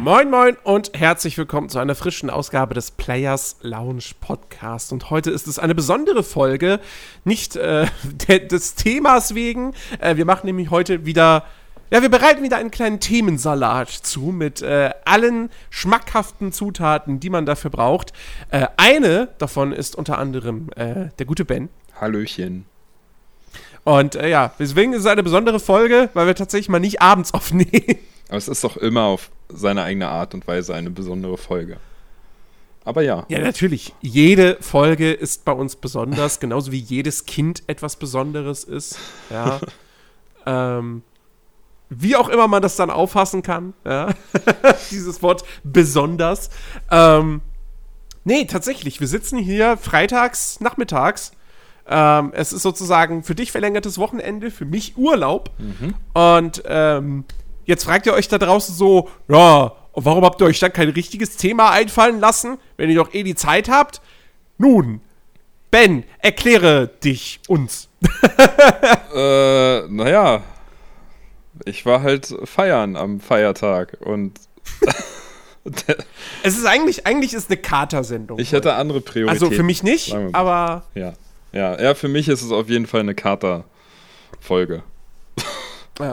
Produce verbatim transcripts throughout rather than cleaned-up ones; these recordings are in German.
Moin moin und herzlich willkommen zu einer frischen Ausgabe des Players Lounge Podcast. Und heute ist es eine besondere Folge, nicht äh, de- des Themas wegen. Äh, wir machen nämlich heute wieder, ja, wir bereiten wieder einen kleinen Themensalat zu mit äh, allen schmackhaften Zutaten, die man dafür braucht. Äh, eine davon ist unter anderem äh, der gute Ben. Hallöchen. Und äh, ja, deswegen ist es eine besondere Folge, weil wir tatsächlich mal nicht abends aufnehmen. Aber es ist doch immer auf seine eigene Art und Weise eine besondere Folge. Aber ja. Ja, natürlich. Jede Folge ist bei uns besonders, genauso wie jedes Kind etwas Besonderes ist. Ja. ähm, wie auch immer man das dann auffassen kann. Ja. Dieses Wort besonders. Ähm, nee, tatsächlich. Wir sitzen hier freitags, nachmittags. Ähm, es ist sozusagen für dich verlängertes Wochenende, für mich Urlaub. Mhm. Und ähm, jetzt fragt ihr euch da draußen so, ja, warum habt ihr euch dann kein richtiges Thema einfallen lassen, wenn ihr doch eh die Zeit habt? Nun, Ben, erkläre dich uns. äh, naja, ich war halt feiern am Feiertag und es ist eigentlich, eigentlich ist eine Kater-Sendung. Ich hätte andere Prioritäten. Also für mich nicht, aber... Ja. Ja, ja, für mich ist es auf jeden Fall eine Kater-Folge. Ja.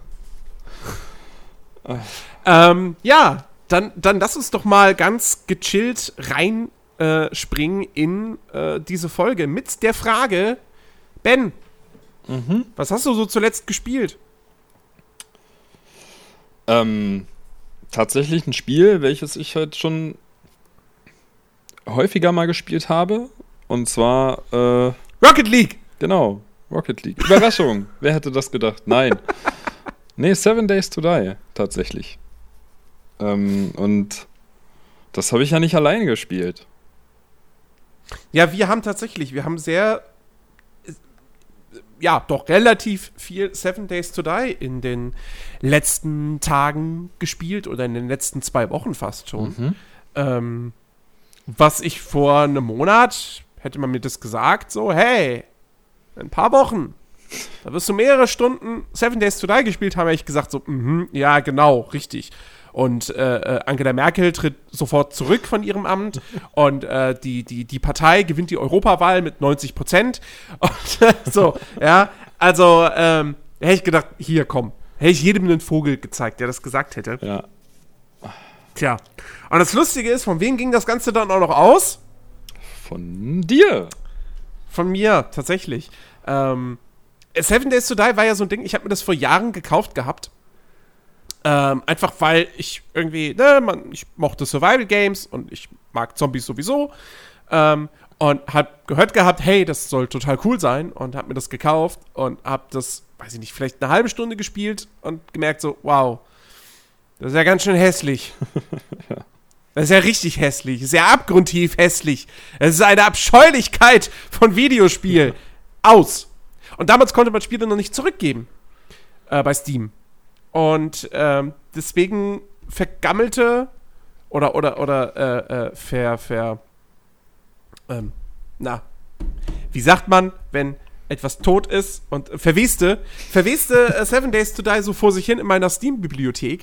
ähm, ja, dann, dann lass uns doch mal ganz gechillt reinspringen äh, in äh, diese Folge mit der Frage, Ben, mhm. was hast du so zuletzt gespielt? Ähm, tatsächlich ein Spiel, welches ich halt schon häufiger mal gespielt habe. Und zwar äh, Rocket League! Genau, Rocket League. Überraschung, wer hätte das gedacht? Nein. Nee, Seven Days to Die, tatsächlich. Ähm, und das habe ich ja nicht alleine gespielt. Ja, wir haben tatsächlich, wir haben sehr, ja, doch relativ viel Seven Days to Die in den letzten Tagen gespielt oder in den letzten zwei Wochen fast schon. Mhm. Ähm, was ich vor einem Monat, hätte man mir das gesagt, so, hey, in ein paar Wochen, da wirst du mehrere Stunden Seven Days to Die gespielt haben, habe ich gesagt, so, mhm, ja, genau, richtig. Und äh, Angela Merkel tritt sofort zurück von ihrem Amt und äh, die, die, die Partei gewinnt die Europawahl mit neunzig Prozent. Und äh, so, ja, also ähm, hätte ich gedacht, hier, komm, hätte ich jedem einen Vogel gezeigt, der das gesagt hätte. Ja. Tja, und das Lustige ist, von wem ging das Ganze dann auch noch aus? Von dir. Von mir, tatsächlich. Ähm, Seven Days to Die war ja so ein Ding, ich habe mir das vor Jahren gekauft gehabt. Ähm, einfach weil ich irgendwie, ne, man, ich mochte Survival Games und ich mag Zombies sowieso. Ähm, und hab gehört gehabt, hey, das soll total cool sein und hab mir das gekauft und hab das, weiß ich nicht, vielleicht eine halbe Stunde gespielt und gemerkt so, wow, das ist ja ganz schön hässlich. Ja. Das ist ja richtig hässlich. Das ist ja abgrundtief hässlich. Es ist eine Abscheulichkeit von Videospiel. Aus. Und damals konnte man Spiele noch nicht zurückgeben. Äh, bei Steam. Und ähm, deswegen vergammelte oder, oder, oder, äh, äh, ver, ver, ähm, na, wie sagt man, wenn etwas tot ist und äh, verweste, verweste äh, Seven Days to Die so vor sich hin in meiner Steam-Bibliothek.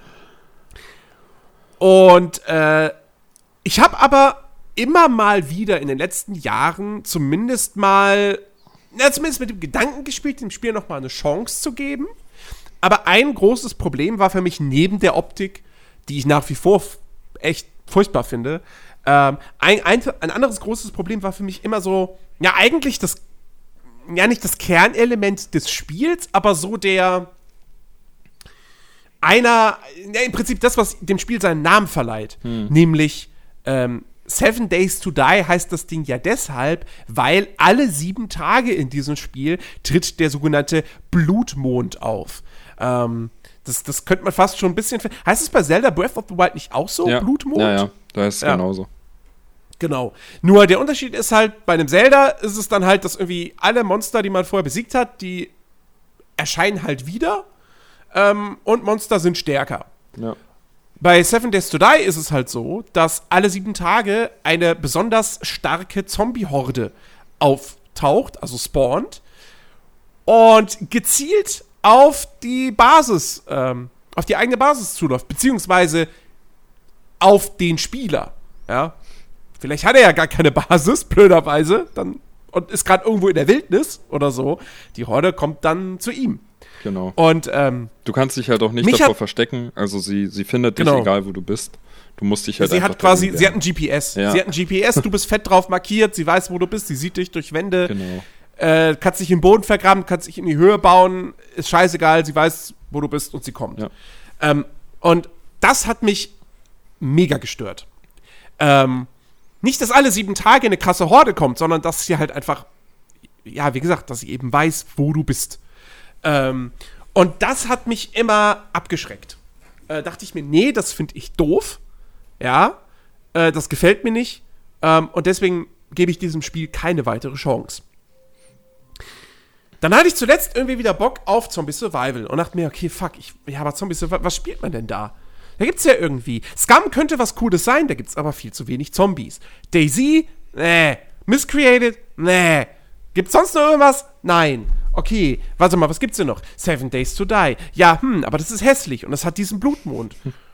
Und äh, ich habe aber immer mal wieder in den letzten Jahren zumindest mal, na, zumindest mit dem Gedanken gespielt, dem Spiel nochmal eine Chance zu geben. Aber ein großes Problem war für mich neben der Optik, die ich nach wie vor f- echt furchtbar finde, ähm, ein, ein, ein anderes großes Problem war für mich immer so, ja eigentlich das, ja nicht das Kernelement des Spiels, aber so der einer, ja, im Prinzip das, was dem Spiel seinen Namen verleiht. Hm. Nämlich ähm, Seven Days to Die heißt das Ding ja deshalb, weil alle sieben Tage in diesem Spiel tritt der sogenannte Blutmond auf. Ähm, das, das könnte man fast schon ein bisschen... Heißt es bei Zelda Breath of the Wild nicht auch so, ja. Blutmond? Ja, ja, da ist es ja. genauso. Genau. Nur der Unterschied ist halt, bei einem Zelda ist es dann halt, dass irgendwie alle Monster, die man vorher besiegt hat, die erscheinen halt wieder. Ähm, und Monster sind stärker. Ja. Bei Seven Days to Die ist es halt so, dass alle sieben Tage eine besonders starke Zombie-Horde auftaucht, also spawnt, und gezielt auf die Basis, ähm, auf die eigene Basis zuläuft, beziehungsweise auf den Spieler. Ja. Vielleicht hat er ja gar keine Basis, blöderweise, dann, und ist gerade irgendwo in der Wildnis oder so. Die Horde kommt dann zu ihm. Genau. Und, ähm, du kannst dich halt auch nicht davor verstecken. Also sie, sie findet dich, genau. egal wo du bist. Du musst dich halt sie einfach hat quasi, sie hat ein G P S. Ja. Sie hat ein G P S, du bist fett drauf markiert, sie weiß, wo du bist, sie sieht dich durch Wände. Genau. Äh, kannst dich im Boden vergraben, kannst dich in die Höhe bauen, ist scheißegal, sie weiß, wo du bist und sie kommt. Ja. Ähm, und das hat mich mega gestört. Ähm, nicht, dass alle sieben Tage eine krasse Horde kommt, sondern dass sie halt einfach, ja, wie gesagt, dass sie eben weiß, wo du bist. Ähm, und das hat mich immer abgeschreckt. Äh, dachte ich mir, nee, das finde ich doof. Ja, äh, das gefällt mir nicht. Ähm, und deswegen gebe ich diesem Spiel keine weitere Chance. Dann hatte ich zuletzt irgendwie wieder Bock auf Zombie Survival und dachte mir, okay, fuck, ich, ja, aber Zombie Survival, was spielt man denn da? Da gibt's ja irgendwie. Scum könnte was Cooles sein, da gibt's aber viel zu wenig Zombies. DayZ? Nee. Miscreated? Nee. Gibt's sonst noch irgendwas? Nein. Okay, warte mal, was gibt's denn noch? Seven Days to Die. Ja, hm, aber das ist hässlich und das hat diesen Blutmond.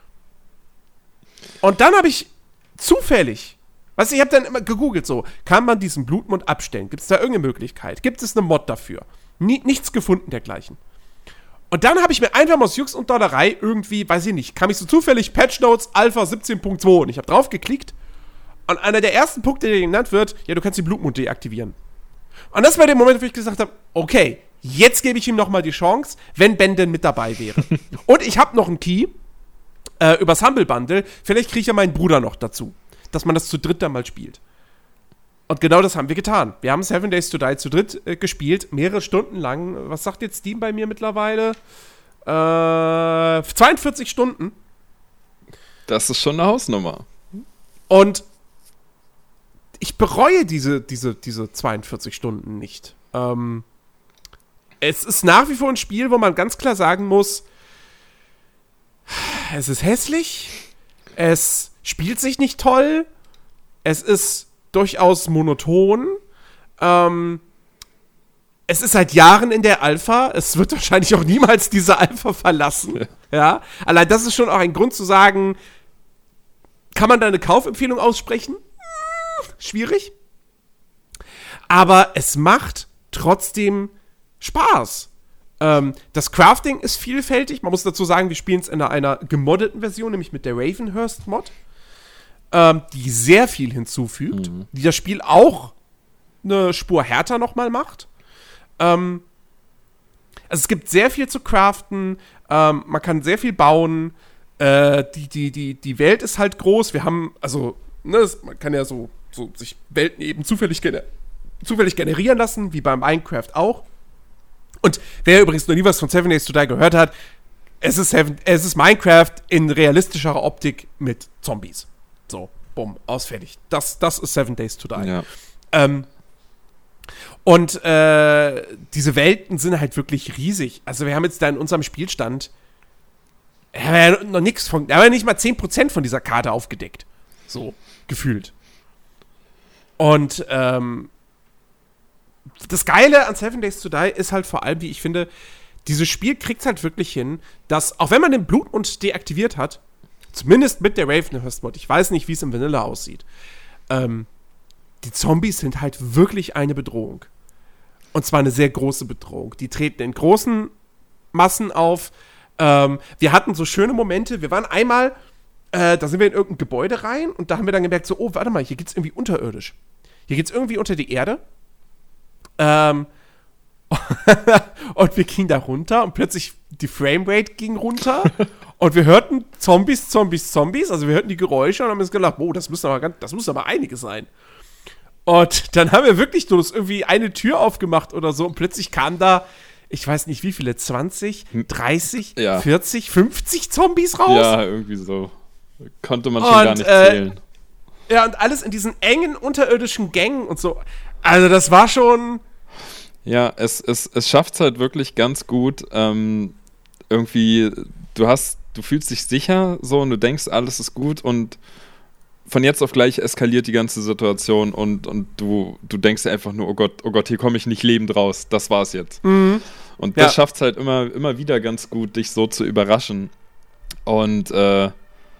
Und dann habe ich zufällig, weißt du, ich habe dann immer gegoogelt so, kann man diesen Blutmond abstellen? Gibt es da irgendeine Möglichkeit? Gibt es eine Mod dafür? Nie, nichts gefunden dergleichen. Und dann habe ich mir einfach mal aus Jux und Dollerei irgendwie, weiß ich nicht, kam ich so zufällig Patch Notes Alpha siebzehn Punkt zwei und ich habe drauf geklickt und einer der ersten Punkte, der genannt wird, ja, du kannst den Blutmond deaktivieren. Und das war der Moment, wo ich gesagt habe, okay, jetzt gebe ich ihm nochmal die Chance, wenn Ben denn mit dabei wäre. Und ich habe noch einen Key äh, übers Humble Bundle, vielleicht kriege ich ja meinen Bruder noch dazu, dass man das zu dritt dann mal spielt. Und genau das haben wir getan. Wir haben Seven Days to Die zu dritt äh, gespielt, mehrere Stunden lang. Was sagt jetzt Steam bei mir mittlerweile? Äh, zweiundvierzig Stunden. Das ist schon eine Hausnummer. Und ich bereue diese, diese, diese zweiundvierzig Stunden nicht. Ähm, es ist nach wie vor ein Spiel, wo man ganz klar sagen muss, es ist hässlich, es spielt sich nicht toll, es ist durchaus monoton, ähm, es ist seit Jahren in der Alpha, es wird wahrscheinlich auch niemals diese Alpha verlassen, ja. ja. Allein das ist schon auch ein Grund zu sagen, kann man da eine Kaufempfehlung aussprechen? Hm, schwierig. Aber es macht trotzdem Spaß. Ähm, das Crafting ist vielfältig. Man muss dazu sagen, wir spielen es in einer, einer gemoddeten Version, nämlich mit der Ravenhurst-Mod, ähm, die sehr viel hinzufügt, mhm. die das Spiel auch eine Spur härter nochmal macht. Ähm, also es gibt sehr viel zu craften, ähm, man kann sehr viel bauen, äh, die, die, die, die Welt ist halt groß, wir haben, also, ne, das, man kann ja so, so sich Welten eben zufällig, gener- zufällig generieren lassen, wie beim Minecraft auch. Und wer übrigens noch nie was von Seven Days to Die gehört hat, es ist, Seven, es ist Minecraft in realistischerer Optik mit Zombies. So, bumm, ausfertigt. Das, das ist Seven Days to Die. Ja. Ähm, und äh, diese Welten sind halt wirklich riesig. Also wir haben jetzt da in unserem Spielstand haben wir ja noch nichts von, haben wir nicht mal zehn Prozent von dieser Karte aufgedeckt. So, gefühlt. Und ähm, das Geile an Seven Days to Die ist halt vor allem, wie ich finde, dieses Spiel kriegt es halt wirklich hin, dass, auch wenn man den Blutmond deaktiviert hat, zumindest mit der Ravenhurst-Mod, ich weiß nicht, wie es im Vanilla aussieht, ähm, die Zombies sind halt wirklich eine Bedrohung. Und zwar eine sehr große Bedrohung. Die treten in großen Massen auf. Ähm, wir hatten so schöne Momente. Wir waren einmal, äh, da sind wir in irgendein Gebäude rein und da haben wir dann gemerkt, so, oh, warte mal, hier geht's irgendwie unterirdisch. Hier geht's irgendwie unter die Erde. Ähm, und wir gingen da runter und plötzlich die Framerate ging runter und wir hörten Zombies, Zombies, Zombies. Also wir hörten die Geräusche und haben uns gedacht, oh, das müssen aber, ganz, das müssen aber einige sein. Und dann haben wir wirklich bloß irgendwie eine Tür aufgemacht oder so und plötzlich kamen da, ich weiß nicht wie viele, zwanzig, dreißig, ja. vierzig, fünfzig Zombies raus. Ja, irgendwie so. Konnte man schon und, gar nicht zählen. Äh, ja, und alles in diesen engen unterirdischen Gängen und so. Also das war schon... Ja, es, es, es schafft es halt wirklich ganz gut, ähm, irgendwie, du hast, du fühlst dich sicher so und du denkst, alles ist gut und von jetzt auf gleich eskaliert die ganze Situation und, und du, du denkst dir einfach nur, oh Gott, oh Gott, hier komme ich nicht lebend raus, das war's jetzt. Mhm. Und das ja. schafft es halt immer, immer wieder ganz gut, dich so zu überraschen. Und äh,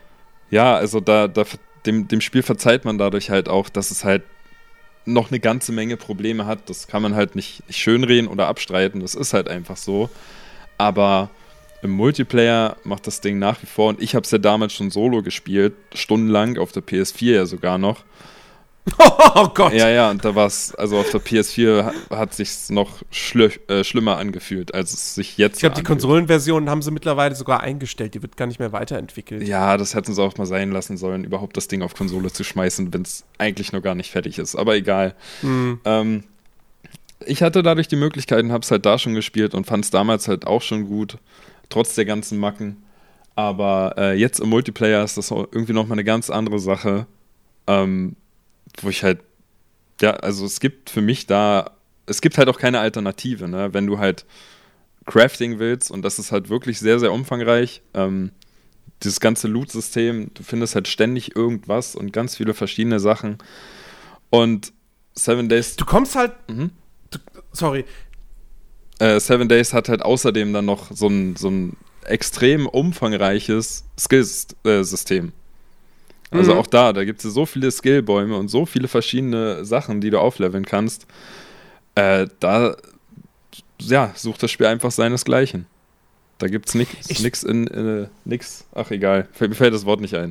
ja, also da, da dem, dem Spiel verzeiht man dadurch halt auch, dass es halt noch eine ganze Menge Probleme hat. Das kann man halt nicht, nicht schönreden oder abstreiten. Das ist halt einfach so. Aber im Multiplayer macht das Ding nach wie vor, und ich habe es ja damals schon solo gespielt, stundenlang, auf der P S vier ja sogar noch. Oh Gott! Ja, ja, und da war es, also auf der P S vier hat es sich noch schli- äh, schlimmer angefühlt, als es sich jetzt Ich glaube, die anfühlt. Konsolenversion haben sie mittlerweile sogar eingestellt. Die wird gar nicht mehr weiterentwickelt. Ja, das hätten sie auch mal sein lassen sollen, überhaupt das Ding auf Konsole zu schmeißen, wenn es eigentlich noch gar nicht fertig ist. Aber egal. Mhm. Ähm, ich hatte dadurch die Möglichkeiten, habe es halt da schon gespielt und fand es damals halt auch schon gut, trotz der ganzen Macken. Aber äh, jetzt im Multiplayer ist das auch irgendwie nochmal eine ganz andere Sache. Ähm, wo ich halt, ja, also es gibt für mich da, es gibt halt auch keine Alternative, ne? Wenn du halt Crafting willst, und das ist halt wirklich sehr, sehr umfangreich, ähm, dieses ganze Loot-System, du findest halt ständig irgendwas und ganz viele verschiedene Sachen, und Seven Days... Du kommst halt, Mhm. du, sorry, Äh, Seven Days hat halt außerdem dann noch so ein, so ein extrem umfangreiches Skills-System. Also Mhm. auch da, da gibt es so viele Skillbäume und so viele verschiedene Sachen, die du aufleveln kannst. Äh, da, ja, sucht das Spiel einfach seinesgleichen. Da gibt's nix, Ich- nix in, in nix. Ach, egal. Fällt- Mir fällt das Wort nicht ein.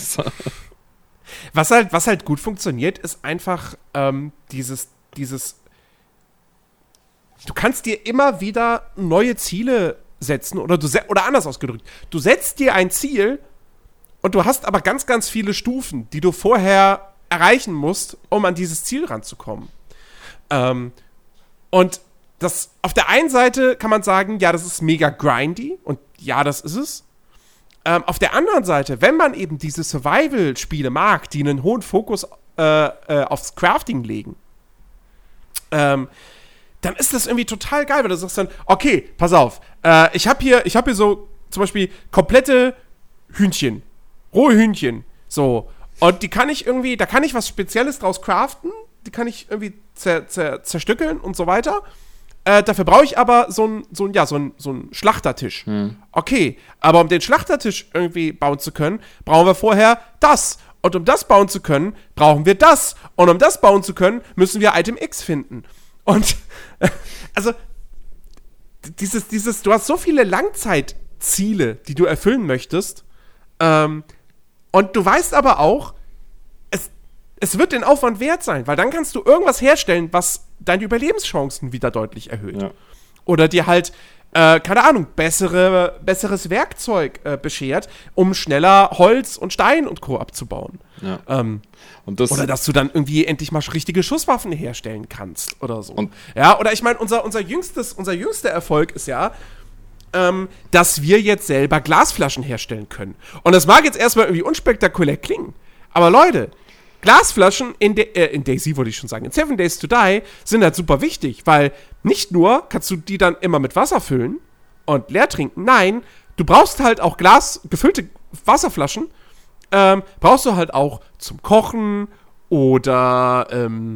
Was halt, was halt gut funktioniert, ist einfach ähm, dieses, dieses. Du kannst dir immer wieder neue Ziele setzen, oder du se- oder anders ausgedrückt, du setzt dir ein Ziel und du hast aber ganz, ganz viele Stufen, die du vorher erreichen musst, um an dieses Ziel ranzukommen. Ähm, und das auf der einen Seite kann man sagen, ja, das ist mega grindy, und ja, das ist es. Ähm, auf der anderen Seite, wenn man eben diese Survival-Spiele mag, die einen hohen Fokus äh, äh, aufs Crafting legen, ähm, dann ist das irgendwie total geil, weil du sagst dann, okay, pass auf, äh, ich habe hier, ich habe hier so zum Beispiel komplette Hühnchen, rohe Hühnchen, so, und die kann ich irgendwie, da kann ich was Spezielles draus craften, die kann ich irgendwie zer, zer, zerstückeln und so weiter. Äh, dafür brauche ich aber so einen so ein, ja, so ein, so ein Schlachtertisch. Hm. Okay, aber um den Schlachtertisch irgendwie bauen zu können, brauchen wir vorher das. Und um das bauen zu können, brauchen wir das. Und um das bauen zu können, müssen wir Item X finden. Und, also, dieses, dieses, du hast so viele Langzeitziele, die du erfüllen möchtest. Ähm, und du weißt aber auch, es, es wird den Aufwand wert sein, weil dann kannst du irgendwas herstellen, was deine Überlebenschancen wieder deutlich erhöht. Ja. Oder dir halt, äh, keine Ahnung, bessere, besseres Werkzeug äh, beschert, um schneller Holz und Stein und Co. abzubauen. Ja. Ähm, Und das, oder dass du dann irgendwie endlich mal richtige Schusswaffen herstellen kannst oder so. Und- ja, oder ich meine, unser, unser, jüngstes, unser jüngster Erfolg ist ja, ähm, dass wir jetzt selber Glasflaschen herstellen können. Und das mag jetzt erstmal irgendwie unspektakulär klingen, aber Leute, Glasflaschen in, De- äh, in DayZ, wollte ich schon sagen, in Seven Days to Die sind halt super wichtig, weil nicht nur kannst du die dann immer mit Wasser füllen und leer trinken, nein, du brauchst halt auch Glas, gefüllte Wasserflaschen, ähm, brauchst du halt auch zum Kochen oder ähm,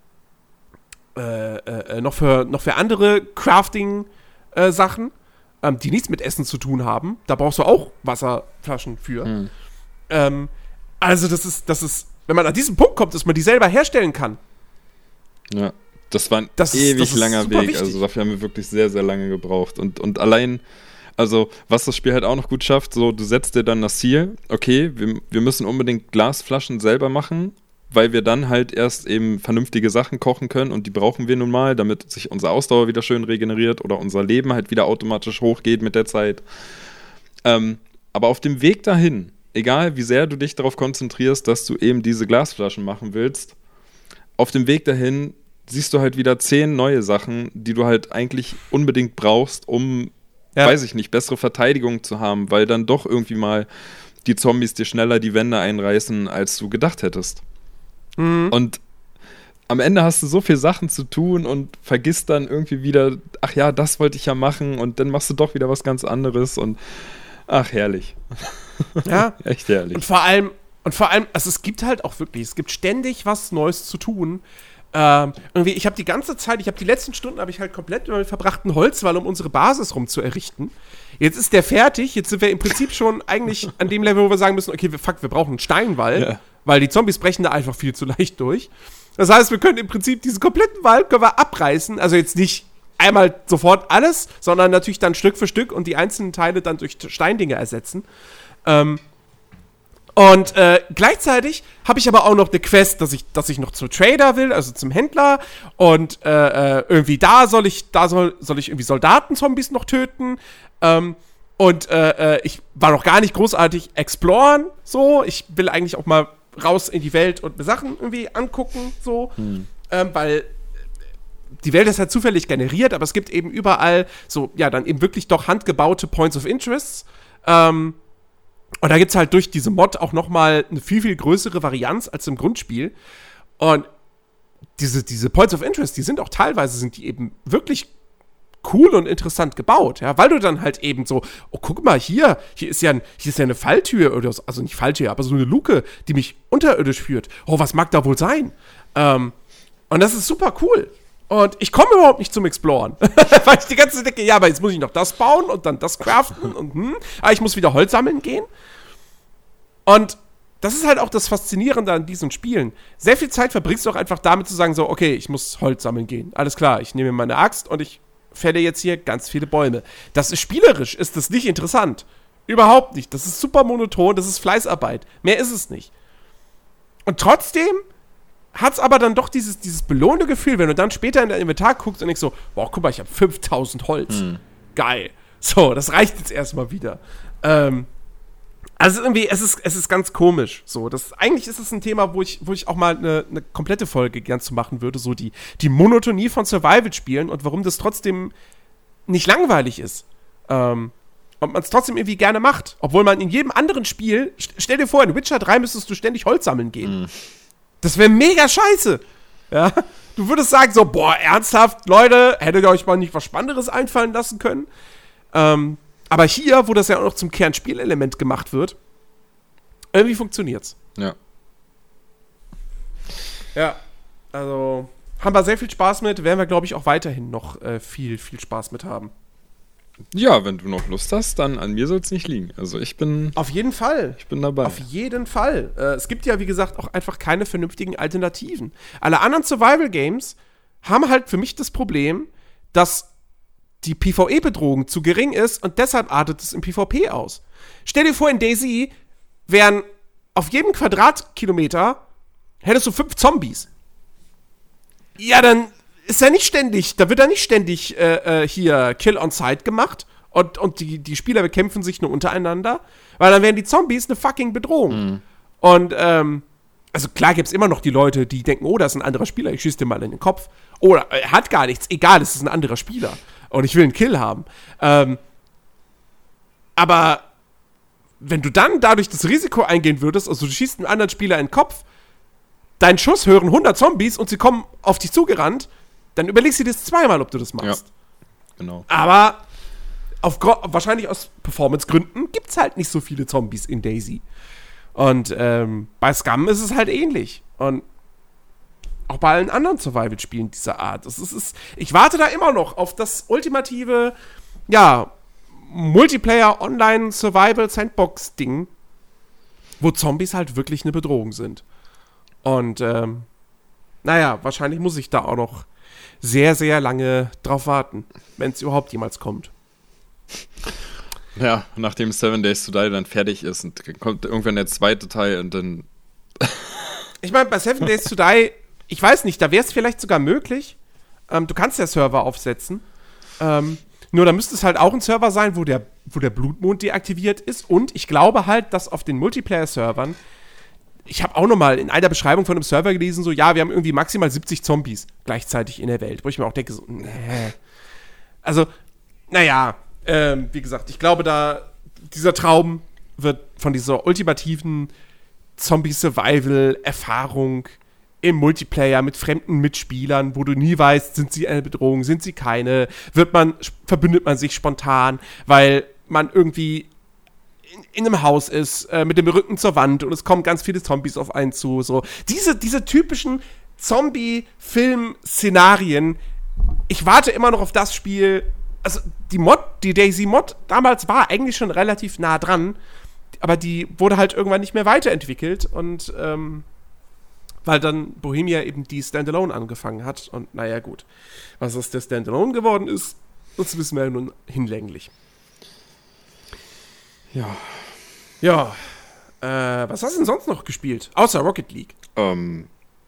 äh, äh, noch, für, noch für andere Crafting-Sachen, ähm, die nichts mit Essen zu tun haben. Da brauchst du auch Wasserflaschen für. Hm. Ähm, also das ist, das ist, wenn man an diesen Punkt kommt, dass man die selber herstellen kann. Ja, das war ein Das ist- ewig das ist langer super Weg. wichtig. Also dafür haben wir wirklich sehr, sehr lange gebraucht. Und, und allein, also was das Spiel halt auch noch gut schafft, so du setzt dir dann das Ziel, okay, wir, wir müssen unbedingt Glasflaschen selber machen, weil wir dann halt erst eben vernünftige Sachen kochen können, und die brauchen wir nun mal, damit sich unsere Ausdauer wieder schön regeneriert oder unser Leben halt wieder automatisch hochgeht mit der Zeit. Ähm, aber auf dem Weg dahin, egal wie sehr du dich darauf konzentrierst, dass du eben diese Glasflaschen machen willst, auf dem Weg dahin siehst du halt wieder zehn neue Sachen, die du halt eigentlich unbedingt brauchst, um, Ja. weiß ich nicht, bessere Verteidigung zu haben, weil dann doch irgendwie mal die Zombies dir schneller die Wände einreißen, als du gedacht hättest. Mhm. Und am Ende hast du so viele Sachen zu tun und vergisst dann irgendwie wieder, ach ja, das wollte ich ja machen, und dann machst du doch wieder was ganz anderes, und ach, herrlich. Ja. Echt herrlich. Und vor allem, und vor allem, also es gibt halt auch wirklich, es gibt ständig was Neues zu tun. Ähm, irgendwie, ich habe die ganze Zeit, ich habe die letzten Stunden habe ich halt komplett damit verbracht, einen Holzwall um unsere Basis rum zu errichten. Jetzt ist der fertig, jetzt sind wir im Prinzip schon eigentlich an dem Level, wo wir sagen müssen, okay, wir, fuck, wir brauchen einen Steinwall, ja. weil die Zombies brechen da einfach viel zu leicht durch. Das heißt, wir können im Prinzip diesen kompletten Wald können wir abreißen, also jetzt nicht einmal sofort alles, sondern natürlich dann Stück für Stück und die einzelnen Teile dann durch Steindinger ersetzen. Ähm, Und äh, gleichzeitig habe ich aber auch noch eine Quest, dass ich, dass ich noch zum Trader will, also zum Händler. Und äh, irgendwie da soll ich, da soll, soll ich irgendwie Soldaten-Zombies noch töten. Ähm, und äh, ich war noch gar nicht großartig exploren. So, ich will eigentlich auch mal raus in die Welt und mir Sachen irgendwie angucken. So, hm. ähm, weil die Welt ist halt zufällig generiert, aber es gibt eben überall so, ja, dann eben wirklich doch handgebaute Points of Interest. Ähm, Und da gibt's halt durch diese Mod auch noch mal eine viel, viel größere Varianz als im Grundspiel. Und diese, diese Points of Interest, die sind auch teilweise, sind die eben wirklich cool und interessant gebaut, ja, weil du dann halt eben so, oh, guck mal, hier, hier ist ja, ein, hier ist ja eine Falltür, oder so, also nicht Falltür, aber so eine Luke, die mich unterirdisch führt. Oh, was mag da wohl sein? Ähm, und das ist super cool. Und ich komme überhaupt nicht zum Exploren. Weil ich die ganze Zeit denke, ja, aber jetzt muss ich noch das bauen und dann das craften und hm, aber ich muss wieder Holz sammeln gehen. Und das ist halt auch das Faszinierende an diesen Spielen. Sehr viel Zeit verbringst du auch einfach damit zu sagen, so, okay, ich muss Holz sammeln gehen. Alles klar, ich nehme meine Axt und ich fälle jetzt hier ganz viele Bäume. Das ist spielerisch, ist das nicht interessant. Überhaupt nicht. Das ist super monoton, das ist Fleißarbeit. Mehr ist es nicht. Und trotzdem hat's aber dann doch dieses, dieses belohnende Gefühl, wenn du dann später in dein Inventar guckst und denkst so, boah, guck mal, ich habe fünftausend Holz. Hm. Geil. So, das reicht jetzt erstmal wieder. Ähm, also irgendwie, es ist, es ist ganz komisch. So, das, eigentlich ist es ein Thema, wo ich, wo ich auch mal eine, eine komplette Folge gern zu machen würde, so die, die Monotonie von Survival-Spielen und warum das trotzdem nicht langweilig ist. Ähm, und man es trotzdem irgendwie gerne macht. Obwohl man in jedem anderen Spiel, st- stell dir vor, in Witcher drei müsstest du ständig Holz sammeln gehen. Hm. Das wäre mega scheiße. Ja? Du würdest sagen so, boah, ernsthaft, Leute, hättet ihr euch mal nicht was Spannenderes einfallen lassen können? Ähm, aber hier, wo das ja auch noch zum Kernspielelement gemacht wird, irgendwie funktioniert's. Ja. Ja, also haben wir sehr viel Spaß mit, werden wir, glaube ich, auch weiterhin noch äh, viel, viel Spaß mit haben. Ja, wenn du noch Lust hast, dann an mir soll es nicht liegen. Also ich bin... Auf jeden Fall. Ich bin dabei. Auf jeden Fall. Äh, es gibt ja, wie gesagt, auch einfach keine vernünftigen Alternativen. Alle anderen Survival-Games haben halt für mich das Problem, dass die PvE-Bedrohung zu gering ist und deshalb artet es im PvP aus. Stell dir vor, in DayZ wären auf jedem Quadratkilometer hättest du fünf Zombies. Ja, dann ist ja nicht ständig, da wird ja nicht ständig äh, äh, hier Kill on Sight gemacht und, und die, die Spieler bekämpfen sich nur untereinander, weil dann wären die Zombies eine fucking Bedrohung. Mhm. Und, ähm, also klar gibt's immer noch die Leute, die denken, oh, das ist ein anderer Spieler, ich schieße dir mal in den Kopf. Oder er hat gar nichts, egal, es ist ein anderer Spieler. Und ich will einen Kill haben. Ähm, aber wenn du dann dadurch das Risiko eingehen würdest, also du schießt einen anderen Spieler in den Kopf, deinen Schuss hören hundert Zombies und sie kommen auf dich zugerannt, dann überlegst du dir das zweimal, ob du das machst. Ja, genau. Aber auf, wahrscheinlich aus Performance-Gründen gibt es halt nicht so viele Zombies in DayZ. Und ähm, bei Scum ist es halt ähnlich. Und auch bei allen anderen Survival-Spielen dieser Art. Das ist, ist, ich warte da immer noch auf das ultimative, ja, Multiplayer-Online-Survival-Sandbox-Ding, wo Zombies halt wirklich eine Bedrohung sind. Und, ähm, naja, wahrscheinlich muss ich da auch noch sehr, sehr lange drauf warten, wenn es überhaupt jemals kommt. Ja, nachdem Seven Days to Die dann fertig ist und kommt irgendwann der zweite Teil und dann... Ich meine, bei Seven Days to Die, ich weiß nicht, da wäre es vielleicht sogar möglich. Ähm, du kannst ja Server aufsetzen. Ähm, nur da müsste es halt auch ein Server sein, wo der, wo der Blutmond deaktiviert ist. Und ich glaube halt, dass auf den Multiplayer-Servern, ich habe auch noch mal in einer Beschreibung von einem Server gelesen, so, ja, wir haben irgendwie maximal siebzig Zombies gleichzeitig in der Welt. Wo ich mir auch denke, so, nee. Also, naja, ähm, wie gesagt, ich glaube, da dieser Traum wird von dieser ultimativen Zombie-Survival-Erfahrung im Multiplayer mit fremden Mitspielern, wo du nie weißt, sind sie eine Bedrohung, sind sie keine, wird man, verbündet man sich spontan, weil man irgendwie in, in einem Haus ist, äh, mit dem Rücken zur Wand und es kommen ganz viele Zombies auf einen zu, so. Diese, diese typischen Zombie-Film-Szenarien. Ich warte immer noch auf das Spiel. Also die Mod, die DayZ-Mod damals war eigentlich schon relativ nah dran, aber die wurde halt irgendwann nicht mehr weiterentwickelt und ähm, weil dann Bohemia eben die Standalone angefangen hat und naja gut, was aus der Standalone geworden ist, das wissen wir ja nun hinlänglich. Ja. Ja, äh, was hast du denn sonst noch gespielt, außer Rocket League? Ähm,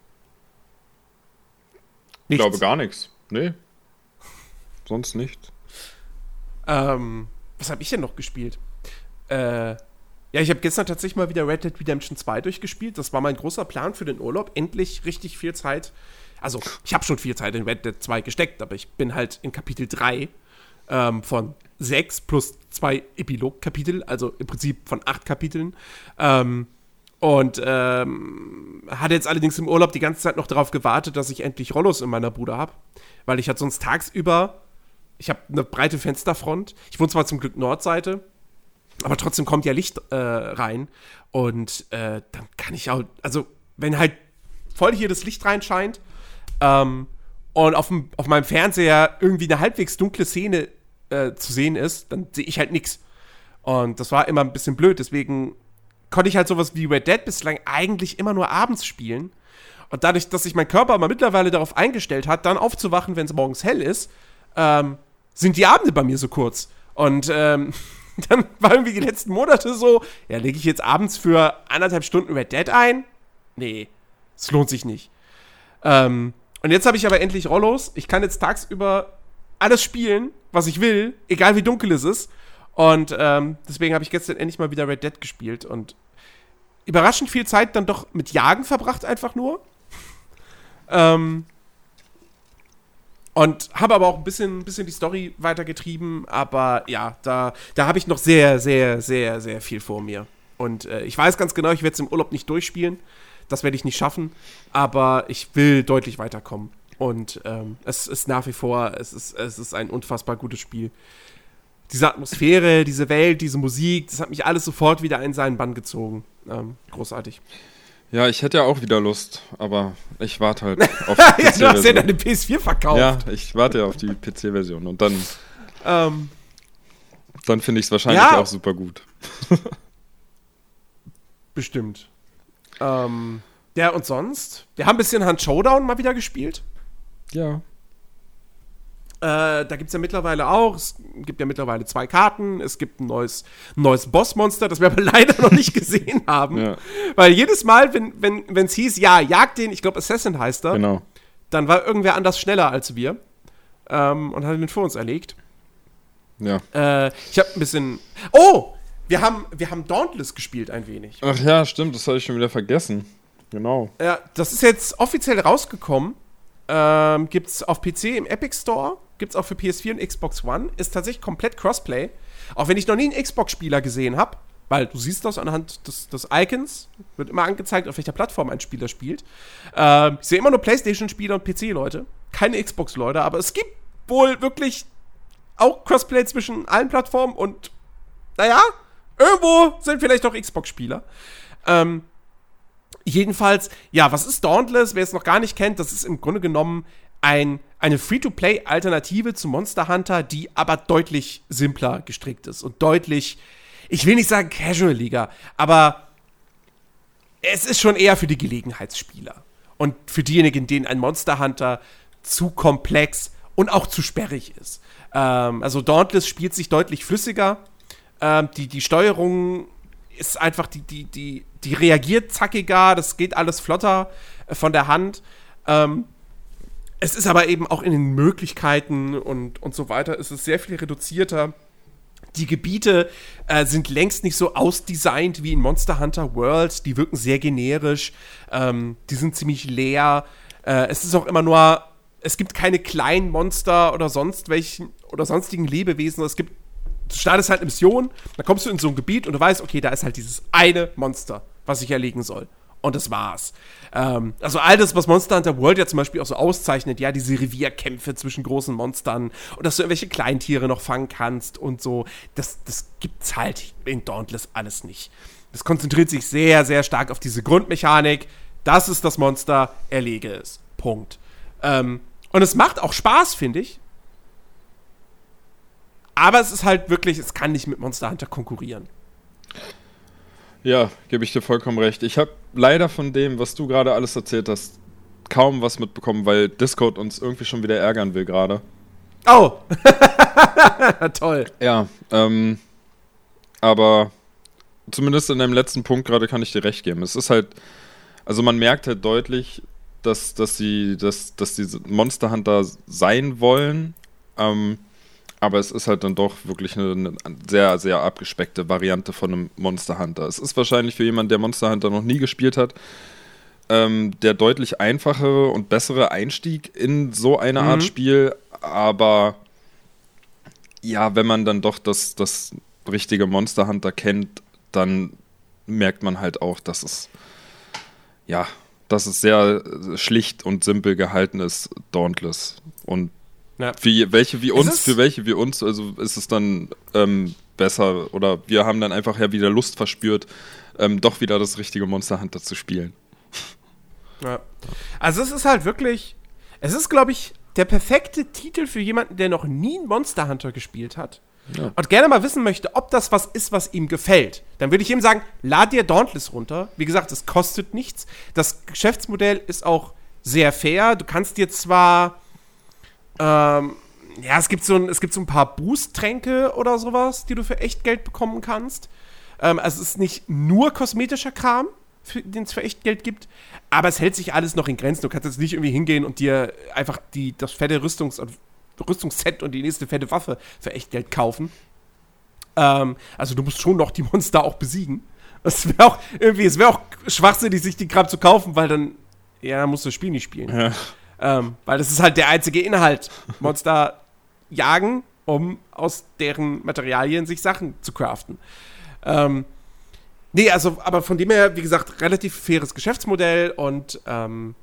ich Nichts. glaube gar nichts. Nee. Sonst nicht. Ähm, was habe ich denn noch gespielt? Äh, ja, ich habe gestern tatsächlich mal wieder Red Dead Redemption zwei durchgespielt. Das war mein großer Plan für den Urlaub. Endlich richtig viel Zeit. Also, ich habe schon viel Zeit in Red Dead zwei gesteckt, aber ich bin halt in Kapitel drei ähm, von sechs plus zwei Epilog-Kapitel, also im Prinzip von acht Kapiteln. Ähm, und ähm, hatte jetzt allerdings im Urlaub die ganze Zeit noch darauf gewartet, dass ich endlich Rollos in meiner Bude habe. Weil ich halt sonst tagsüber ich habe eine breite Fensterfront. Ich wohne zwar zum Glück Nordseite, aber trotzdem kommt ja Licht äh, rein. Und äh, dann kann ich auch, also wenn halt voll hier das Licht reinscheint ähm, und auf, dem, auf meinem Fernseher irgendwie eine halbwegs dunkle Szene äh, zu sehen ist, dann sehe ich halt nichts. Und das war immer ein bisschen blöd. Deswegen konnte ich halt sowas wie Red Dead bislang eigentlich immer nur abends spielen. Und dadurch, dass sich mein Körper aber mittlerweile darauf eingestellt hat, dann aufzuwachen, wenn es morgens hell ist, ähm, sind die Abende bei mir so kurz. Und ähm, dann war irgendwie die letzten Monate so, ja, lege ich jetzt abends für anderthalb Stunden Red Dead ein? Nee, es lohnt sich nicht. Ähm, und jetzt habe ich aber endlich Rollos. Ich kann jetzt tagsüber alles spielen, was ich will, egal wie dunkel es ist. Und ähm, deswegen habe ich gestern endlich mal wieder Red Dead gespielt und überraschend viel Zeit dann doch mit Jagen verbracht, einfach nur. ähm, Und habe aber auch ein bisschen, bisschen die Story weitergetrieben. Aber ja, da, da habe ich noch sehr, sehr, sehr, sehr viel vor mir. Und äh, ich weiß ganz genau, ich werde es im Urlaub nicht durchspielen. Das werde ich nicht schaffen. Aber ich will deutlich weiterkommen. Und ähm, es ist nach wie vor, es ist, es ist ein unfassbar gutes Spiel. Diese Atmosphäre, diese Welt, diese Musik, das hat mich alles sofort wieder in seinen Bann gezogen. Ähm, großartig. Ja, ich hätte ja auch wieder Lust, aber ich warte halt auf die P C-Version. Ja, du hast ja deine P S vier verkauft. Ja, ich warte ja auf die P C-Version und dann, ähm, dann finde ich es wahrscheinlich ja, auch super gut. Bestimmt. Ähm, ja, und sonst? Wir haben ein bisschen Hunt Showdown mal wieder gespielt. Ja. Äh, da gibt es ja mittlerweile auch, es gibt ja mittlerweile zwei Karten, es gibt ein neues, ein neues Bossmonster, das wir aber leider noch nicht gesehen haben. Ja. Weil jedes Mal, wenn es wenn, hieß, ja, jagt den, ich glaube Assassin heißt er, genau. Dann war irgendwer anders schneller als wir ähm, und hat den vor uns erlegt. Ja. Äh, ich habe ein bisschen, oh, wir haben, wir haben Dauntless gespielt ein wenig. Ach ja, stimmt, das habe ich schon wieder vergessen. Genau. Ja, das ist jetzt offiziell rausgekommen. Ähm, gibt's auf P C im Epic Store, gibt's auch für P S vier und Xbox One, ist tatsächlich komplett Crossplay. Auch wenn ich noch nie einen Xbox-Spieler gesehen habe, weil du siehst das anhand des, des Icons, wird immer angezeigt, auf welcher Plattform ein Spieler spielt. Ähm, ich sehe immer nur PlayStation-Spieler und P C-Leute, keine Xbox-Leute, aber es gibt wohl wirklich auch Crossplay zwischen allen Plattformen und, naja, irgendwo sind vielleicht auch Xbox-Spieler. Ähm, Jedenfalls, ja, was ist Dauntless? Wer es noch gar nicht kennt, das ist im Grunde genommen ein, eine Free-to-Play-Alternative zu Monster Hunter, die aber deutlich simpler gestrickt ist und deutlich, ich will nicht sagen casualiger, aber es ist schon eher für die Gelegenheitsspieler und für diejenigen, denen ein Monster Hunter zu komplex und auch zu sperrig ist. Ähm, also Dauntless spielt sich deutlich flüssiger, ähm, die, die Steuerung ist einfach, die, die, die, die reagiert zackiger, das geht alles flotter äh, von der Hand. Ähm, es ist aber eben auch in den Möglichkeiten und, und so weiter, ist es sehr viel reduzierter. Die Gebiete äh, sind längst nicht so ausdesignt wie in Monster Hunter World, die wirken sehr generisch, ähm, die sind ziemlich leer. Äh, es ist auch immer nur, es gibt keine kleinen Monster oder sonst welchen oder sonstigen Lebewesen, es gibt Du startest halt eine Mission, dann kommst du in so ein Gebiet und du weißt, okay, da ist halt dieses eine Monster, was ich erlegen soll. Und das war's. Ähm, also all das, was Monster Hunter World ja zum Beispiel auch so auszeichnet, ja, diese Revierkämpfe zwischen großen Monstern und dass du irgendwelche Kleintiere noch fangen kannst und so, das, das gibt's halt in Dauntless alles nicht. Das konzentriert sich sehr, sehr stark auf diese Grundmechanik. das ist das Monster, erlege es. Punkt. Ähm, und es macht auch Spaß, finde ich. Aber es ist halt wirklich, es kann nicht mit Monster Hunter konkurrieren. Ja, gebe ich dir vollkommen recht. Ich habe leider von dem, was du gerade alles erzählt hast, kaum was mitbekommen, weil Discord uns irgendwie schon wieder ärgern will gerade. Oh! Toll. Ja, ähm, aber zumindest in dem letzten Punkt gerade kann ich dir recht geben. Es ist halt, also man merkt halt deutlich, dass, dass sie, dass, dass diese Monster Hunter sein wollen, ähm, aber es ist halt dann doch wirklich eine, eine sehr, sehr abgespeckte Variante von einem Monster Hunter. Es ist wahrscheinlich für jemanden, der Monster Hunter noch nie gespielt hat, ähm, der deutlich einfachere und bessere Einstieg in so eine mhm. Art Spiel, aber ja, wenn man dann doch das, das richtige Monster Hunter kennt, dann merkt man halt auch, dass es ja, dass es sehr schlicht und simpel gehalten ist, Dauntless. Und ja. für welche wie uns, für welche wie uns, also ist es dann ähm, besser oder wir haben dann einfach ja wieder Lust verspürt, ähm, doch wieder das richtige Monster Hunter zu spielen. Ja. Also es ist halt wirklich, es ist, glaube ich, der perfekte Titel für jemanden, der noch nie einen Monster Hunter gespielt hat. Ja. Und gerne mal wissen möchte, ob das was ist, was ihm gefällt. Dann würde ich ihm sagen, lad dir Dauntless runter. Wie gesagt, es kostet nichts. Das Geschäftsmodell ist auch sehr fair. Du kannst dir zwar ähm, ja, es gibt so ein, es gibt so ein paar Boost-Tränke oder sowas, die du für echt Geld bekommen kannst. Ähm, also es ist nicht nur kosmetischer Kram, den es für echt Geld gibt, aber es hält sich alles noch in Grenzen. Du kannst jetzt nicht irgendwie hingehen und dir einfach die, das fette Rüstungs- Rüstungsset und die nächste fette Waffe für echt Geld kaufen. Ähm, also du musst schon noch die Monster auch besiegen. Das wäre auch irgendwie, es wäre auch schwachsinnig, sich die Kram zu kaufen, weil dann, ja, dann musst du das Spiel nicht spielen. Ja. Ähm, weil das ist halt der einzige Inhalt. Monster jagen, um aus deren Materialien sich Sachen zu craften. Ähm, nee, also, aber von dem her, wie gesagt, relativ faires Geschäftsmodell und ähm,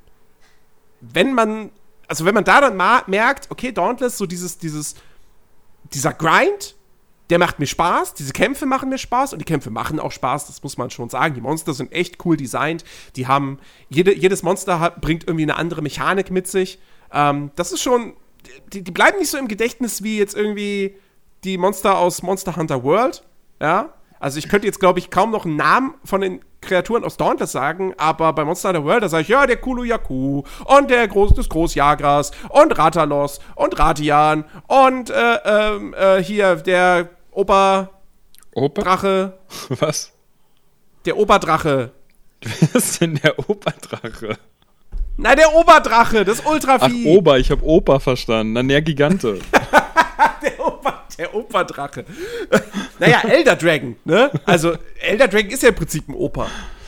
wenn man, also wenn man da dann ma- merkt, okay, Dauntless, so dieses, dieses, dieser Grind, der macht mir Spaß, diese Kämpfe machen mir Spaß und die Kämpfe machen auch Spaß, das muss man schon sagen. Die Monster sind echt cool designt, die haben, jede, jedes Monster hat, bringt irgendwie eine andere Mechanik mit sich. Ähm, das ist schon, die, die bleiben nicht so im Gedächtnis wie jetzt irgendwie die Monster aus Monster Hunter World, ja. Also ich könnte jetzt, glaube ich, kaum noch einen Namen von den Kreaturen aus Dauntless sagen, aber bei Monster Hunter World, da sage ich, ja, der Kulu-Yaku und der Groß, das Groß-Jagras und Ratalos und Ratian und äh, ähm, äh, hier der Ober... Oberdrache. Was? Der Oberdrache. Wer ist denn der Oberdrache? Nein, der Oberdrache, das Ultravieh. Ach, Ober, ich habe Opa verstanden. Dann der Gigante. der, Ober, der Oberdrache. Naja, Elder Dragon, ne? Also, Elder Dragon ist ja im Prinzip ein Opa.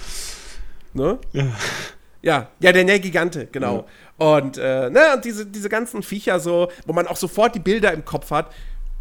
Ne? Ja. Ja, ja, der Gigante, genau. Ja. Und, äh, ne, und diese, diese ganzen Viecher so, wo man auch sofort die Bilder im Kopf hat,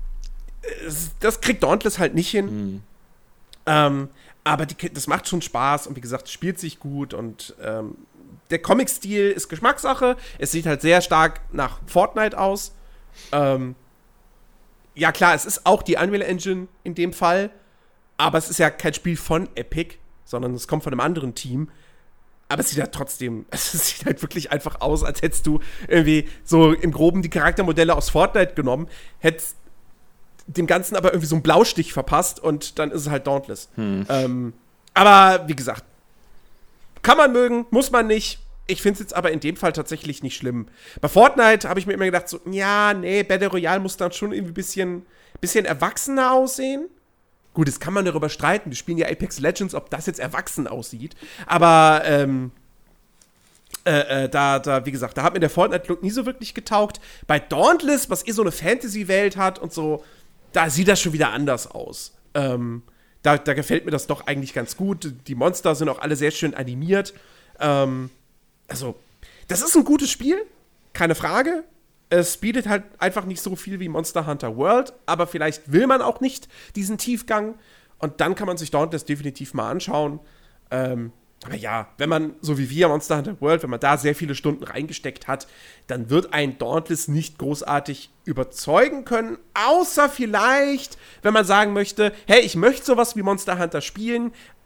das kriegt Dauntless halt nicht hin. Mhm. Ähm, aber die, das macht schon Spaß und wie gesagt, spielt sich gut und ähm, der Comic-Stil ist Geschmackssache. Es sieht halt sehr stark nach Fortnite aus. Ähm, ja klar, es ist auch die Unreal Engine in dem Fall, aber es ist ja kein Spiel von Epic, sondern es kommt von einem anderen Team. Aber es sieht halt trotzdem, es sieht halt wirklich einfach aus, als hättest du irgendwie so im Groben die Charaktermodelle aus Fortnite genommen, hättest dem Ganzen aber irgendwie so einen Blaustich verpasst und dann ist es halt Dauntless. Hm. Ähm, aber wie gesagt, kann man mögen, muss man nicht. Ich finde es jetzt aber in dem Fall tatsächlich nicht schlimm. Bei Fortnite habe ich mir immer gedacht, so, ja, nee, Battle Royale muss dann schon irgendwie ein bisschen, bisschen erwachsener aussehen. Gut, das kann man darüber streiten. Wir spielen ja Apex Legends, ob das jetzt erwachsen aussieht. Aber, ähm, Äh, äh, da, da, wie gesagt, da hat mir der Fortnite-Look nie so wirklich getaugt. Bei Dauntless, was eh so eine Fantasy-Welt hat und so, da sieht das schon wieder anders aus. Ähm, da, da gefällt mir das doch eigentlich ganz gut. Die Monster sind auch alle sehr schön animiert. Ähm, also, das ist ein gutes Spiel, keine Frage. Es bietet halt einfach nicht so viel wie Monster Hunter World, aber vielleicht will man auch nicht diesen Tiefgang. Und dann kann man sich Dauntless definitiv mal anschauen. Ähm, Aber ja, wenn man, so wie wir, Monster Hunter World, wenn man da sehr viele Stunden reingesteckt hat, dann wird ein Dauntless nicht großartig überzeugen können, außer vielleicht, wenn man sagen möchte, hey, ich möchte sowas wie Monster Hunter spielen,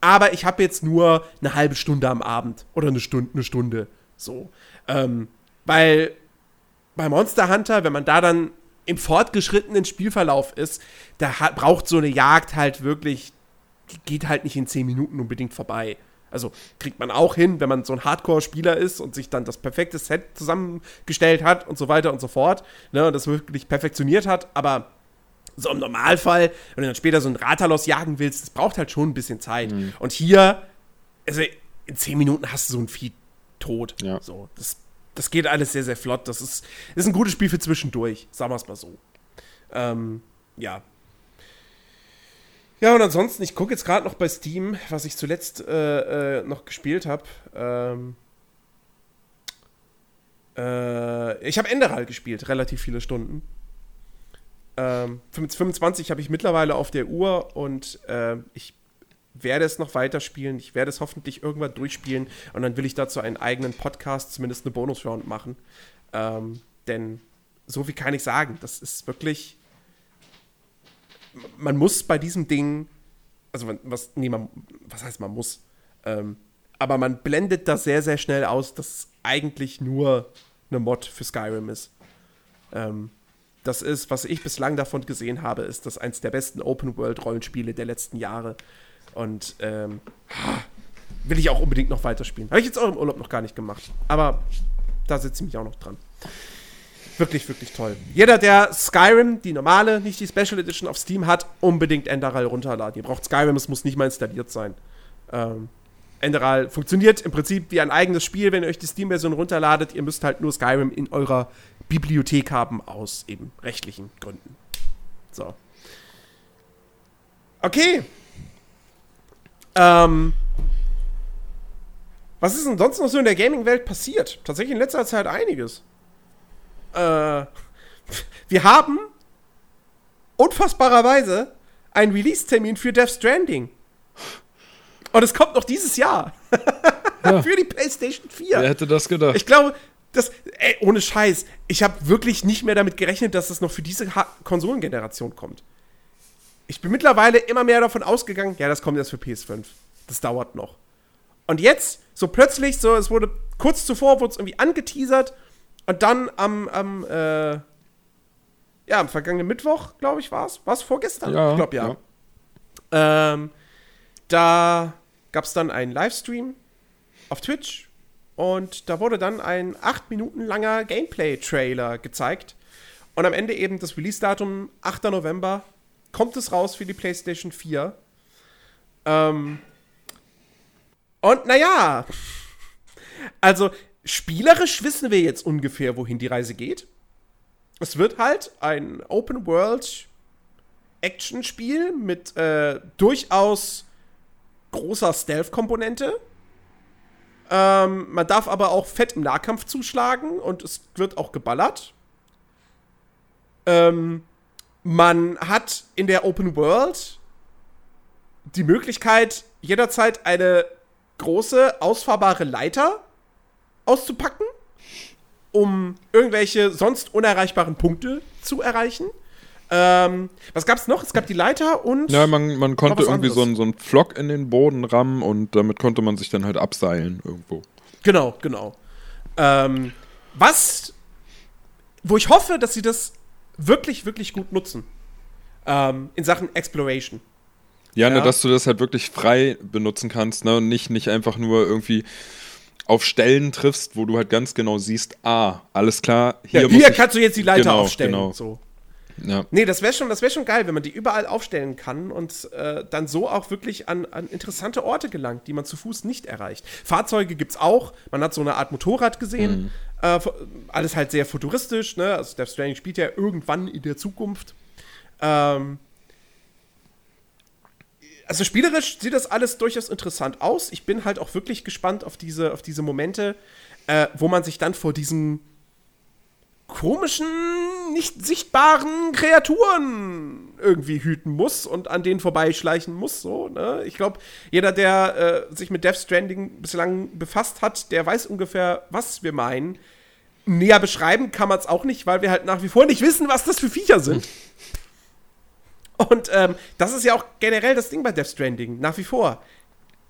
aber ich habe jetzt nur eine halbe Stunde am Abend oder eine Stunde, eine Stunde, so. Ähm, weil bei Monster Hunter, wenn man da dann im fortgeschrittenen Spielverlauf ist, da hat, braucht so eine Jagd halt wirklich, die geht halt nicht in zehn Minuten unbedingt vorbei. Also kriegt man auch hin, wenn man so ein Hardcore-Spieler ist und sich dann das perfekte Set zusammengestellt hat und so weiter und so fort, ne, und das wirklich perfektioniert hat, aber so im Normalfall, wenn du dann später so einen Rathalos jagen willst, das braucht halt schon ein bisschen Zeit. Mhm. Und hier, also in zehn Minuten hast du so ein Vieh tot. Ja. So, das, das geht alles sehr, sehr flott. Das ist, ist ein gutes Spiel für zwischendurch, sagen wir es mal so. Ähm, ja. Ja, und ansonsten, ich gucke jetzt gerade noch bei Steam, was ich zuletzt äh, äh, noch gespielt habe. Ähm, äh, ich habe Enderal gespielt, relativ viele Stunden. Ähm, fünfundzwanzig habe ich mittlerweile auf der Uhr und äh, ich werde es noch weiterspielen. Ich werde es hoffentlich irgendwann durchspielen und dann will ich dazu einen eigenen Podcast, zumindest eine Bonus-Round machen. Ähm, denn so viel kann ich sagen. Das ist wirklich. Man muss bei diesem Ding, also was, nee, man, was heißt man muss, ähm, aber man blendet das sehr, sehr schnell aus, dass es eigentlich nur eine Mod für Skyrim ist. Ähm, das ist, was ich bislang davon gesehen habe, ist das eins der besten Open-World-Rollenspiele der letzten Jahre. Und ähm, will ich auch unbedingt noch weiterspielen. Habe ich jetzt auch im Urlaub noch gar nicht gemacht, aber da sitze ich mich auch noch dran. Wirklich, wirklich toll. Jeder, der Skyrim, die normale, nicht die Special Edition auf Steam hat, unbedingt Enderal runterladen. Ihr braucht Skyrim, es muss nicht mal installiert sein. Ähm, Enderal funktioniert im Prinzip wie ein eigenes Spiel, wenn ihr euch die Steam-Version runterladet. Ihr müsst halt nur Skyrim in eurer Bibliothek haben, aus eben rechtlichen Gründen. So. Okay. Ähm. Was ist denn sonst noch so in der Gaming-Welt passiert? Tatsächlich in letzter Zeit einiges. Äh, wir haben unfassbarerweise einen Release-Termin für Death Stranding. Und es kommt noch dieses Jahr. Ja. Für die PlayStation vier. Wer hätte das gedacht? Ich glaube, das, ey, ohne Scheiß, ich habe wirklich nicht mehr damit gerechnet, dass es noch für diese ha- Konsolengeneration kommt. Ich bin mittlerweile immer mehr davon ausgegangen, ja, das kommt jetzt für P S fünf. Das dauert noch. Und jetzt, so plötzlich, so, es wurde kurz zuvor, wurde es irgendwie angeteasert. Und dann am, am, äh, ja, am vergangenen Mittwoch, glaube ich, war es. War es vorgestern? Ja, ich glaube, ja. ja. Ähm, da gab es dann einen Livestream auf Twitch und da wurde dann ein acht Minuten langer Gameplay-Trailer gezeigt. Und am Ende eben das Release-Datum, achter November, kommt es raus für die PlayStation vier. Ähm, und naja, also spielerisch wissen wir jetzt ungefähr, wohin die Reise geht. Es wird halt ein Open-World-Action-Spiel mit äh, durchaus großer Stealth-Komponente. Ähm, man darf aber auch fett im Nahkampf zuschlagen und es wird auch geballert. Ähm, man hat in der Open-World die Möglichkeit, jederzeit eine große, ausfahrbare Leiter auszupacken, um irgendwelche sonst unerreichbaren Punkte zu erreichen. Ähm, was gab's noch? Es gab die Leiter und ja, man, man konnte irgendwie so einen so einen Pflock in den Boden rammen und damit konnte man sich dann halt abseilen irgendwo. Genau, genau. Ähm, was, wo ich hoffe, dass sie das wirklich, wirklich gut nutzen. Ähm, in Sachen Exploration. Ja, ja. Ne, dass du das halt wirklich frei benutzen kannst, ne, und nicht, nicht einfach nur irgendwie auf Stellen triffst, wo du halt ganz genau siehst, ah, alles klar, hier, ja, muss hier ich, kannst du jetzt die Leiter genau, aufstellen. Genau. So. Ja. Nee, das wäre schon, das wär schon geil, wenn man die überall aufstellen kann und äh, dann so auch wirklich an, an interessante Orte gelangt, die man zu Fuß nicht erreicht. Fahrzeuge gibt's auch, man hat so eine Art Motorrad gesehen, mhm. äh, alles halt sehr futuristisch, ne? Also Death Stranding spielt ja irgendwann in der Zukunft. Ähm, also spielerisch sieht das alles durchaus interessant aus. Ich bin halt auch wirklich gespannt auf diese, auf diese Momente, äh, wo man sich dann vor diesen komischen, nicht sichtbaren Kreaturen irgendwie hüten muss und an denen vorbeischleichen muss, so, ne? Ich glaube, jeder, der äh, sich mit Death Stranding bislang befasst hat, der weiß ungefähr, was wir meinen. Näher beschreiben kann man es auch nicht, weil wir halt nach wie vor nicht wissen, was das für Viecher sind. Und ähm, das ist ja auch generell das Ding bei Death Stranding, nach wie vor.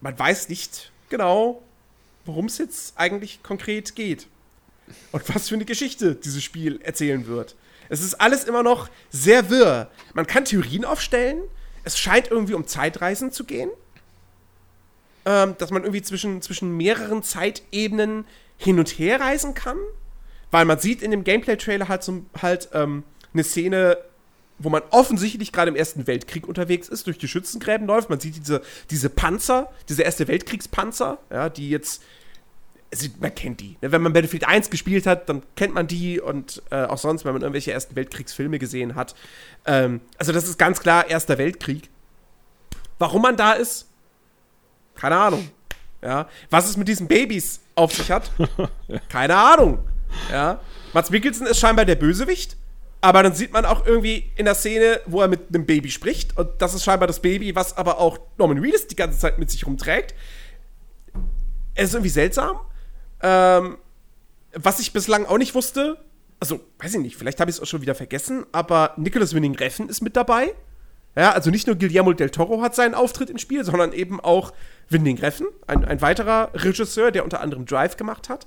man weiß nicht genau, worum es jetzt eigentlich konkret geht. Und was für eine Geschichte dieses Spiel erzählen wird. Es ist alles immer noch sehr wirr. Man kann Theorien aufstellen. Es scheint irgendwie um Zeitreisen zu gehen. Ähm, dass man irgendwie zwischen, zwischen mehreren Zeitebenen hin und her reisen kann. Weil man sieht in dem Gameplay-Trailer halt, so, halt ähm, eine Szene, wo man offensichtlich gerade im Ersten Weltkrieg unterwegs ist, durch die Schützengräben läuft. Man sieht diese, diese Panzer, diese Erste Weltkriegspanzer, ja, die jetzt, also man kennt die. Wenn man Battlefield eins gespielt hat, dann kennt man die und äh, auch sonst, wenn man irgendwelche Ersten Weltkriegsfilme gesehen hat. Ähm, also das ist ganz klar Erster Weltkrieg. Warum man da ist? Keine Ahnung. Ja. Was es mit diesen Babys auf sich hat? Ja. Keine Ahnung. Ja. Mads Mikkelsen ist scheinbar der Bösewicht. Aber dann sieht man auch irgendwie in der Szene, wo er mit einem Baby spricht. Und das ist scheinbar das Baby, was aber auch Norman Reedus die ganze Zeit mit sich rumträgt. Es ist irgendwie seltsam. Ähm, was ich bislang auch nicht wusste, also, weiß ich nicht, vielleicht habe ich es auch schon wieder vergessen, aber Nicolas Winding Refn ist mit dabei. Ja, also nicht nur Guillermo del Toro hat seinen Auftritt im Spiel, sondern eben auch Winding Refn, ein, ein weiterer Regisseur, der unter anderem Drive gemacht hat.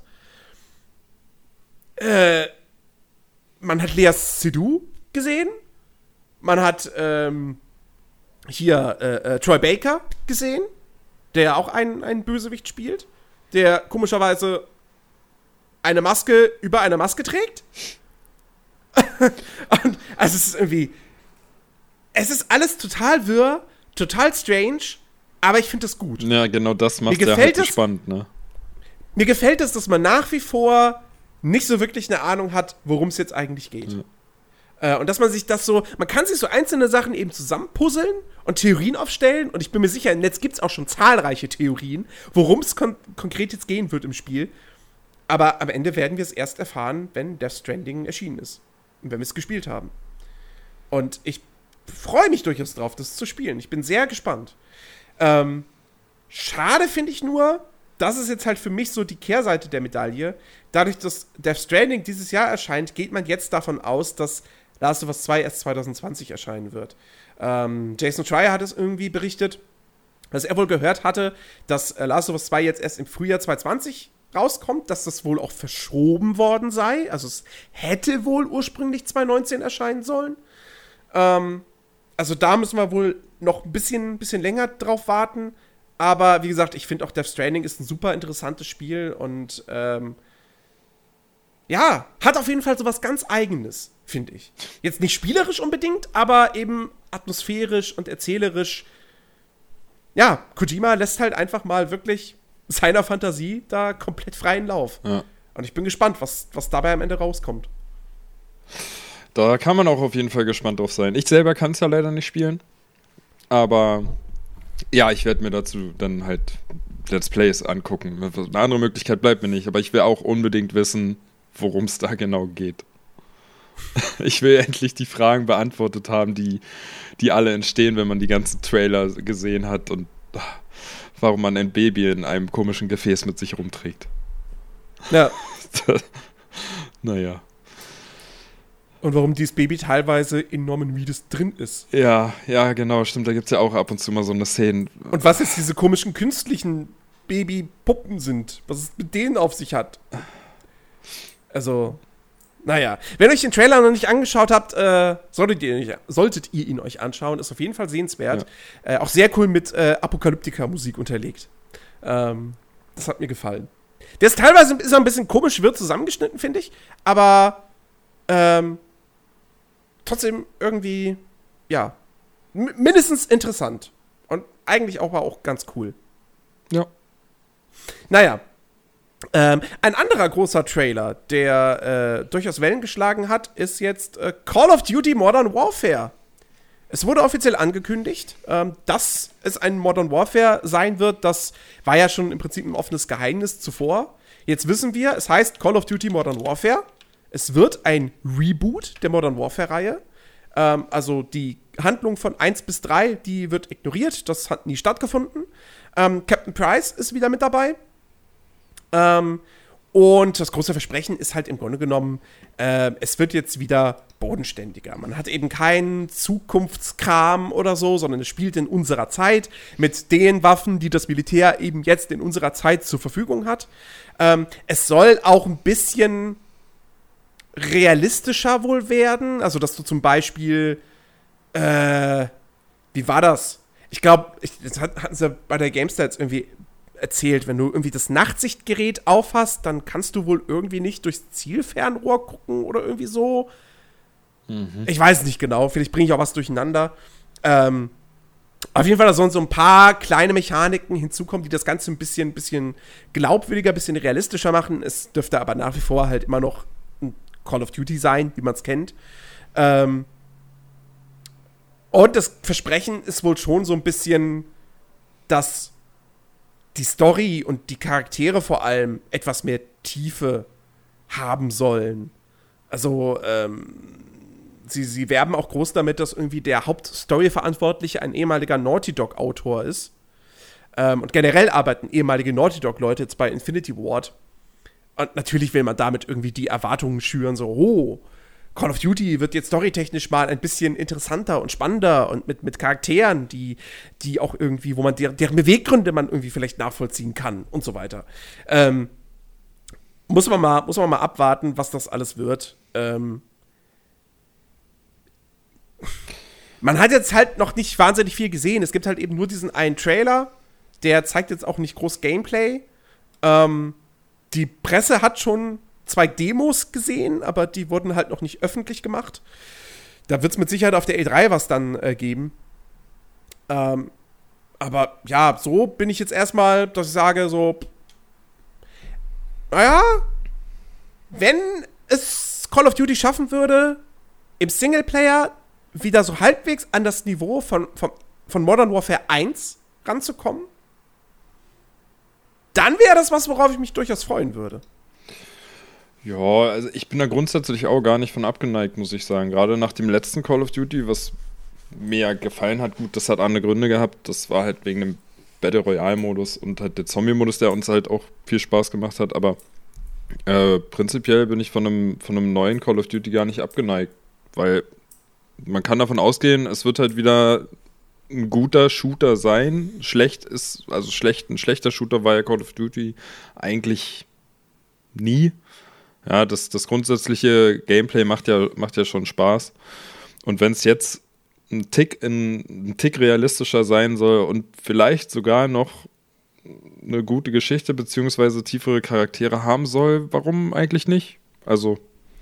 Äh, Man hat Lea Seydoux gesehen. Man hat ähm, hier äh, äh, Troy Baker gesehen, der auch einen, einen Bösewicht spielt, der komischerweise eine Maske über eine Maske trägt. Und, also es ist irgendwie, es ist alles total wirr, total strange, aber ich finde es gut. Ja, genau das macht ja halt so spannend, ne? Mir gefällt es, dass man nach wie vor nicht so wirklich eine Ahnung hat, worum es jetzt eigentlich geht. Ja. Äh, und dass man sich das so, man kann sich so einzelne Sachen eben zusammenpuzzeln und Theorien aufstellen. Und ich bin mir sicher, im Netz gibt es auch schon zahlreiche Theorien, worum es kon- konkret jetzt gehen wird im Spiel. Aber am Ende werden wir es erst erfahren, wenn Death Stranding erschienen ist. Und wenn wir es gespielt haben. Und ich freue mich durchaus drauf, das zu spielen. Ich bin sehr gespannt. Ähm, schade finde ich nur, das ist jetzt halt für mich so die Kehrseite der Medaille. Dadurch, dass Death Stranding dieses Jahr erscheint, geht man jetzt davon aus, dass Last of Us zwei erst zwanzig zwanzig erscheinen wird. Ähm, Jason Schreier hat es irgendwie berichtet, dass er wohl gehört hatte, dass äh, Last of Us zwei jetzt erst im Frühjahr zwanzig zwanzig rauskommt, dass das wohl auch verschoben worden sei. Also es hätte wohl ursprünglich zwanzig neunzehn erscheinen sollen. Ähm, also da müssen wir wohl noch ein bisschen, bisschen länger drauf warten. Aber wie gesagt, ich finde auch Death Stranding ist ein super interessantes Spiel und ähm, ja, hat auf jeden Fall so was ganz Eigenes, finde ich. Jetzt nicht spielerisch unbedingt, aber eben atmosphärisch und erzählerisch. Ja, Kojima lässt halt einfach mal wirklich seiner Fantasie da komplett freien Lauf. Ja. Und ich bin gespannt, was, was dabei am Ende rauskommt. Da kann man auch auf jeden Fall gespannt drauf sein. Ich selber kann es ja leider nicht spielen, aber ja, ich werde mir dazu dann halt Let's Plays angucken. Eine andere Möglichkeit bleibt mir nicht, aber ich will auch unbedingt wissen, worum es da genau geht. Ich will endlich die Fragen beantwortet haben, die, die alle entstehen, wenn man die ganzen Trailer gesehen hat und warum man ein Baby in einem komischen Gefäß mit sich rumträgt. Ja. Naja. Und warum dieses Baby teilweise in Norman Reedus drin ist. Ja, ja, genau, stimmt. Da gibt es ja auch ab und zu mal so eine Szene. Und was jetzt diese komischen künstlichen Babypuppen sind. Was es mit denen auf sich hat. Also, naja. Wenn ihr euch den Trailer noch nicht angeschaut habt, äh, solltet, ihr, solltet ihr ihn euch anschauen. Ist auf jeden Fall sehenswert. Ja. Äh, auch sehr cool mit äh, Apokalyptika-Musik unterlegt. Ähm, das hat mir gefallen. Der ist teilweise ist er ein bisschen komisch, wird zusammengeschnitten, finde ich. Aber ähm, trotzdem irgendwie, ja, m- mindestens interessant. Und eigentlich auch, auch ganz cool. Ja. Naja. Ähm, ein anderer großer Trailer, der äh, durchaus Wellen geschlagen hat, ist jetzt äh, Call of Duty Modern Warfare. Es wurde offiziell angekündigt, ähm, dass es ein Modern Warfare sein wird. Das war ja schon im Prinzip ein offenes Geheimnis zuvor. Jetzt wissen wir, es heißt Call of Duty Modern Warfare. Es wird ein Reboot der Modern Warfare-Reihe. Ähm, also die Handlung von eins bis drei, die wird ignoriert. Das hat nie stattgefunden. Ähm, Captain Price ist wieder mit dabei. Ähm, und das große Versprechen ist halt im Grunde genommen, äh, es wird jetzt wieder bodenständiger. Man hat eben keinen Zukunftskram oder so, sondern es spielt in unserer Zeit mit den Waffen, die das Militär eben jetzt in unserer Zeit zur Verfügung hat. Ähm, es soll auch ein bisschen realistischer wohl werden. Also, dass du zum Beispiel äh, wie war das? Ich glaube, das hatten sie bei der GameStats irgendwie erzählt, wenn du irgendwie das Nachtsichtgerät aufhast, dann kannst du wohl irgendwie nicht durchs Zielfernrohr gucken oder irgendwie so. Mhm. Ich weiß nicht genau, vielleicht bringe ich auch was durcheinander. Ähm, auf jeden Fall, da sollen so ein paar kleine Mechaniken hinzukommen, die das Ganze ein bisschen, bisschen glaubwürdiger, ein bisschen realistischer machen. Es dürfte aber nach wie vor halt immer noch ein Call of Duty sein, wie man es kennt. Ähm, und das Versprechen ist wohl schon so ein bisschen, dass die Story und die Charaktere vor allem etwas mehr Tiefe haben sollen. Also, ähm, sie, sie werben auch groß damit, dass irgendwie der Hauptstory-Verantwortliche ein ehemaliger Naughty Dog-Autor ist. Ähm, und generell arbeiten ehemalige Naughty Dog-Leute jetzt bei Infinity Ward. Und natürlich will man damit irgendwie die Erwartungen schüren, so, oh, Call of Duty wird jetzt storytechnisch mal ein bisschen interessanter und spannender und mit, mit Charakteren, die, die auch irgendwie, wo man der, deren Beweggründe man irgendwie vielleicht nachvollziehen kann und so weiter. Ähm, muss man mal, muss man mal abwarten, was das alles wird. Ähm, man hat jetzt halt noch nicht wahnsinnig viel gesehen. Es gibt halt eben nur diesen einen Trailer, der zeigt jetzt auch nicht groß Gameplay. Ähm, die Presse hat schon zwei Demos gesehen, aber die wurden halt noch nicht öffentlich gemacht. Da wird es mit Sicherheit auf der E drei was dann äh, geben. Ähm, aber ja, so bin ich jetzt erstmal, dass ich sage, so, naja, wenn es Call of Duty schaffen würde, im Singleplayer wieder so halbwegs an das Niveau von, von, von Modern Warfare eins ranzukommen, dann wäre das was, worauf ich mich durchaus freuen würde. Ja, also ich bin da grundsätzlich auch gar nicht von abgeneigt, muss ich sagen. Gerade nach dem letzten Call of Duty, was mir ja gefallen hat, gut, das hat andere Gründe gehabt. Das war halt wegen dem Battle Royale-Modus und halt der Zombie-Modus, der uns halt auch viel Spaß gemacht hat. Aber äh, prinzipiell bin ich von einem, von einem neuen Call of Duty gar nicht abgeneigt, weil man kann davon ausgehen, es wird halt wieder ein guter Shooter sein. Schlecht ist, also schlecht, ein schlechter Shooter war ja Call of Duty eigentlich nie. Ja, das, das grundsätzliche Gameplay macht ja, macht ja schon Spaß. Und wenn es jetzt ein Tick, in, ein Tick realistischer sein soll und vielleicht sogar noch eine gute Geschichte beziehungsweise tiefere Charaktere haben soll, warum eigentlich nicht? Also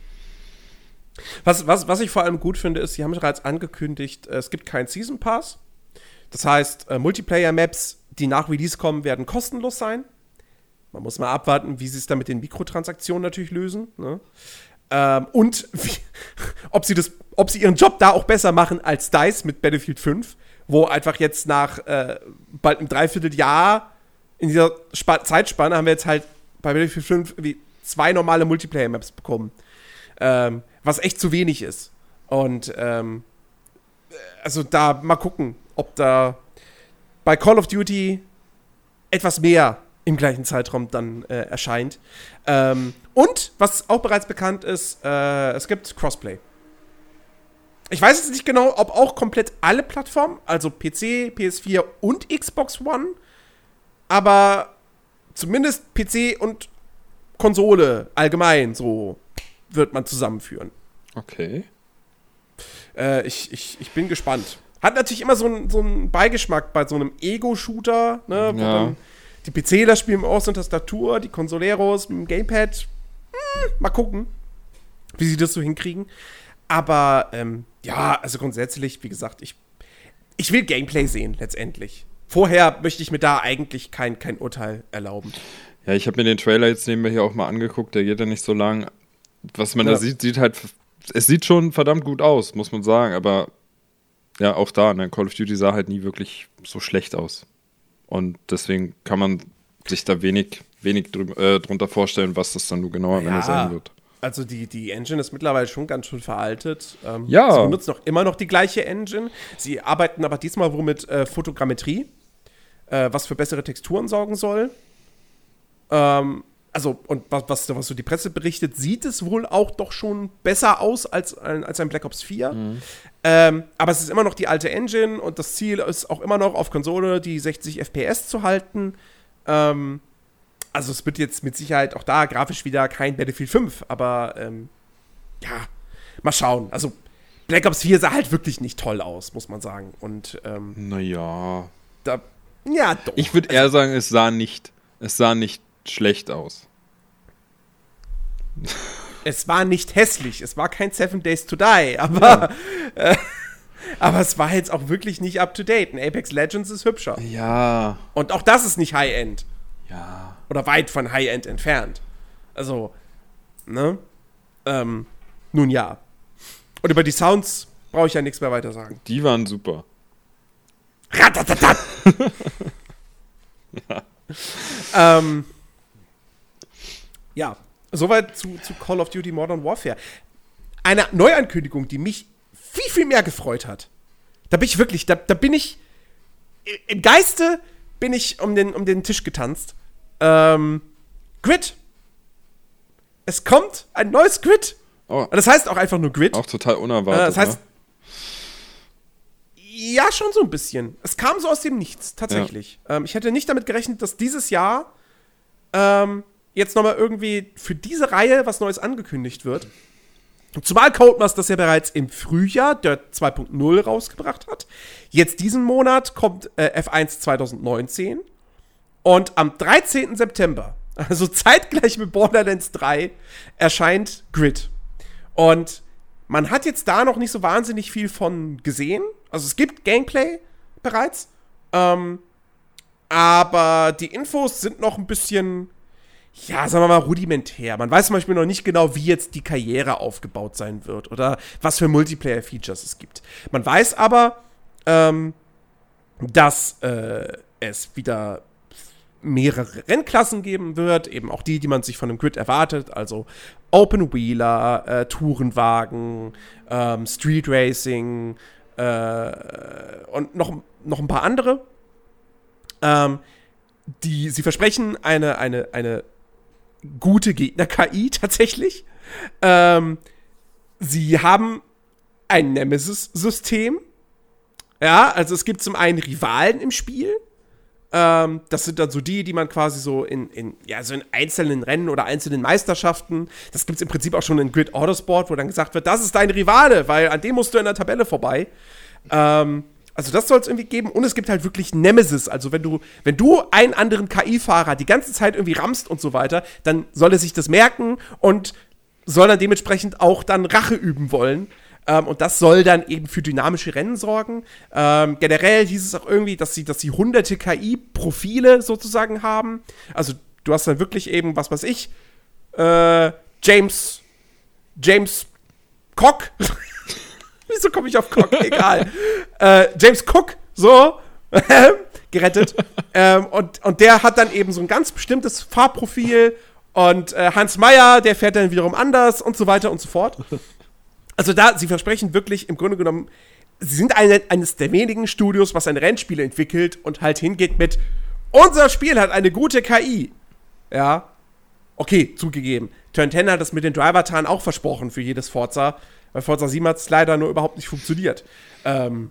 Was, was, was ich vor allem gut finde, ist, sie haben bereits angekündigt, es gibt keinen Season Pass. Das heißt, äh, Multiplayer-Maps, die nach Release kommen, werden kostenlos sein. Man muss mal abwarten, wie sie es dann mit den Mikrotransaktionen natürlich lösen. Ne? Ähm, und wie, ob, sie das, ob sie ihren Job da auch besser machen als DICE mit Battlefield fünf, wo einfach jetzt nach äh, bald einem Dreivierteljahr in dieser Sp- Zeitspanne haben wir jetzt halt bei Battlefield fünf wie zwei normale Multiplayer-Maps bekommen. Ähm, was echt zu wenig ist. Und ähm, also da mal gucken, ob da bei Call of Duty etwas mehr im gleichen Zeitraum dann äh, erscheint. Ähm, und, was auch bereits bekannt ist, äh, es gibt Crossplay. Ich weiß jetzt nicht genau, ob auch komplett alle Plattformen, also P C, P S vier und Xbox One, aber zumindest P C und Konsole allgemein so wird man zusammenführen. Okay. Äh, ich, ich, ich bin gespannt. Hat natürlich immer so einen so einen Beigeschmack bei so einem Ego-Shooter, ne, wo Ja. dann die PCler spielen mit Maus und Tastatur, die Consoleros mit dem Gamepad. Hm, mal gucken, wie sie das so hinkriegen. Aber, ähm, ja, also grundsätzlich, wie gesagt, ich, ich will Gameplay sehen, letztendlich. Vorher möchte ich mir da eigentlich kein, kein Urteil erlauben. Ja, ich habe mir den Trailer jetzt nebenbei hier auch mal angeguckt, der geht ja nicht so lang. Was man Ja. da sieht, sieht halt, es sieht schon verdammt gut aus, muss man sagen, aber ja, auch da, ne, Call of Duty sah halt nie wirklich so schlecht aus. Und deswegen kann man sich da wenig, wenig drü- äh, drunter vorstellen, was das dann nur genau am Ja. Ende sein wird. Also die, die Engine ist mittlerweile schon ganz schön veraltet. Ähm, Ja. Sie benutzen noch immer noch die gleiche Engine. Sie arbeiten aber diesmal wohl mit äh, Fotogrammetrie, äh, was für bessere Texturen sorgen soll. Ähm, also, und was, was, was so die Presse berichtet, sieht es wohl auch doch schon besser aus als, als ein Black Ops vier. Mhm. Ähm, aber es ist immer noch die alte Engine und das Ziel ist auch immer noch auf Konsole die sechzig F P S zu halten. Ähm, also es wird jetzt mit Sicherheit auch da grafisch wieder kein Battlefield fünf, aber ähm, ja, mal schauen. Also Black Ops vier sah halt wirklich nicht toll aus, muss man sagen. Und ähm, naja. Da, ja, doch. Ich würde eher sagen, es sah nicht, es sah nicht schlecht aus. Es war nicht hässlich, es war kein Seven Days to Die, aber, ja. äh, aber es war jetzt auch wirklich nicht up to date. Ein Apex Legends ist hübscher. Ja. Und auch das ist nicht High-End. Ja. Oder weit von High-End entfernt. Also, ne? Ähm, nun ja. Und über die Sounds brauche ich ja nichts mehr weiter sagen. Die waren super. Ratatatat! ja. Ähm, ja, soweit zu, zu Call of Duty Modern Warfare. Eine Neuankündigung, die mich viel, viel mehr gefreut hat. Da bin ich wirklich, da, da bin ich, im Geiste bin ich um den, um den Tisch getanzt. Ähm, Grid. Es kommt ein neues Grid. Oh. Das heißt auch einfach nur Grid. Auch total unerwartet. Äh, das heißt, ne? Ja, schon so ein bisschen. Es kam so aus dem Nichts, tatsächlich. Ja. Ähm, ich hätte nicht damit gerechnet, dass dieses Jahr ähm, jetzt nochmal irgendwie für diese Reihe was Neues angekündigt wird. Zumal Codemasters das ja bereits im Frühjahr Dirt zwei Punkt null rausgebracht hat. Jetzt diesen Monat kommt äh, F eins zwanzig neunzehn. Und am dreizehnten September, also zeitgleich mit Borderlands drei, erscheint Grid. Und man hat jetzt da noch nicht so wahnsinnig viel von gesehen. Also es gibt Gameplay bereits. Ähm, aber die Infos sind noch ein bisschen, ja, sagen wir mal, rudimentär. Man weiß zum Beispiel noch nicht genau, wie jetzt die Karriere aufgebaut sein wird oder was für Multiplayer-Features es gibt. Man weiß aber, ähm, dass äh, es wieder mehrere Rennklassen geben wird, eben auch die, die man sich von dem Grid erwartet, also Open Wheeler, äh, Tourenwagen, ähm, Street Racing äh, und noch, noch ein paar andere. Ähm, die, sie versprechen eine, eine, eine gute Gegner-K I tatsächlich. Ähm, sie haben ein Nemesis-System. Ja, also es gibt zum einen Rivalen im Spiel. Ähm, das sind dann so die, die man quasi so in, in, ja, so in einzelnen Rennen oder einzelnen Meisterschaften, das gibt's im Prinzip auch schon in Grid Autosport, wo dann gesagt wird, das ist dein Rivale, weil an dem musst du in der Tabelle vorbei. Ähm, also das soll es irgendwie geben. Und es gibt halt wirklich Nemesis. Also wenn du, wenn du einen anderen K I-Fahrer die ganze Zeit irgendwie rammst und so weiter, dann soll er sich das merken und soll dann dementsprechend auch dann Rache üben wollen. Ähm, und das soll dann eben für dynamische Rennen sorgen. Ähm, generell hieß es auch irgendwie, dass sie, dass sie hunderte K I-Profile sozusagen haben. Also du hast dann wirklich eben, was weiß ich, äh, James, James Cock. Wieso komme ich auf Cock? Egal. äh, James Cook, so, gerettet. ähm, und, und der hat dann eben so ein ganz bestimmtes Farbprofil. Und äh, Hans Meyer, der fährt dann wiederum anders und so weiter und so fort. Also da, sie versprechen wirklich im Grunde genommen, sie sind eine, eines der wenigen Studios, was ein Rennspiel entwickelt und halt hingeht mit, unser Spiel hat eine gute K I. Ja, okay, zugegeben. Turn zehn hat das mit den Driver-Tarn auch versprochen für jedes Forza. Bei Forza sieben hat es leider nur überhaupt nicht funktioniert. Ähm,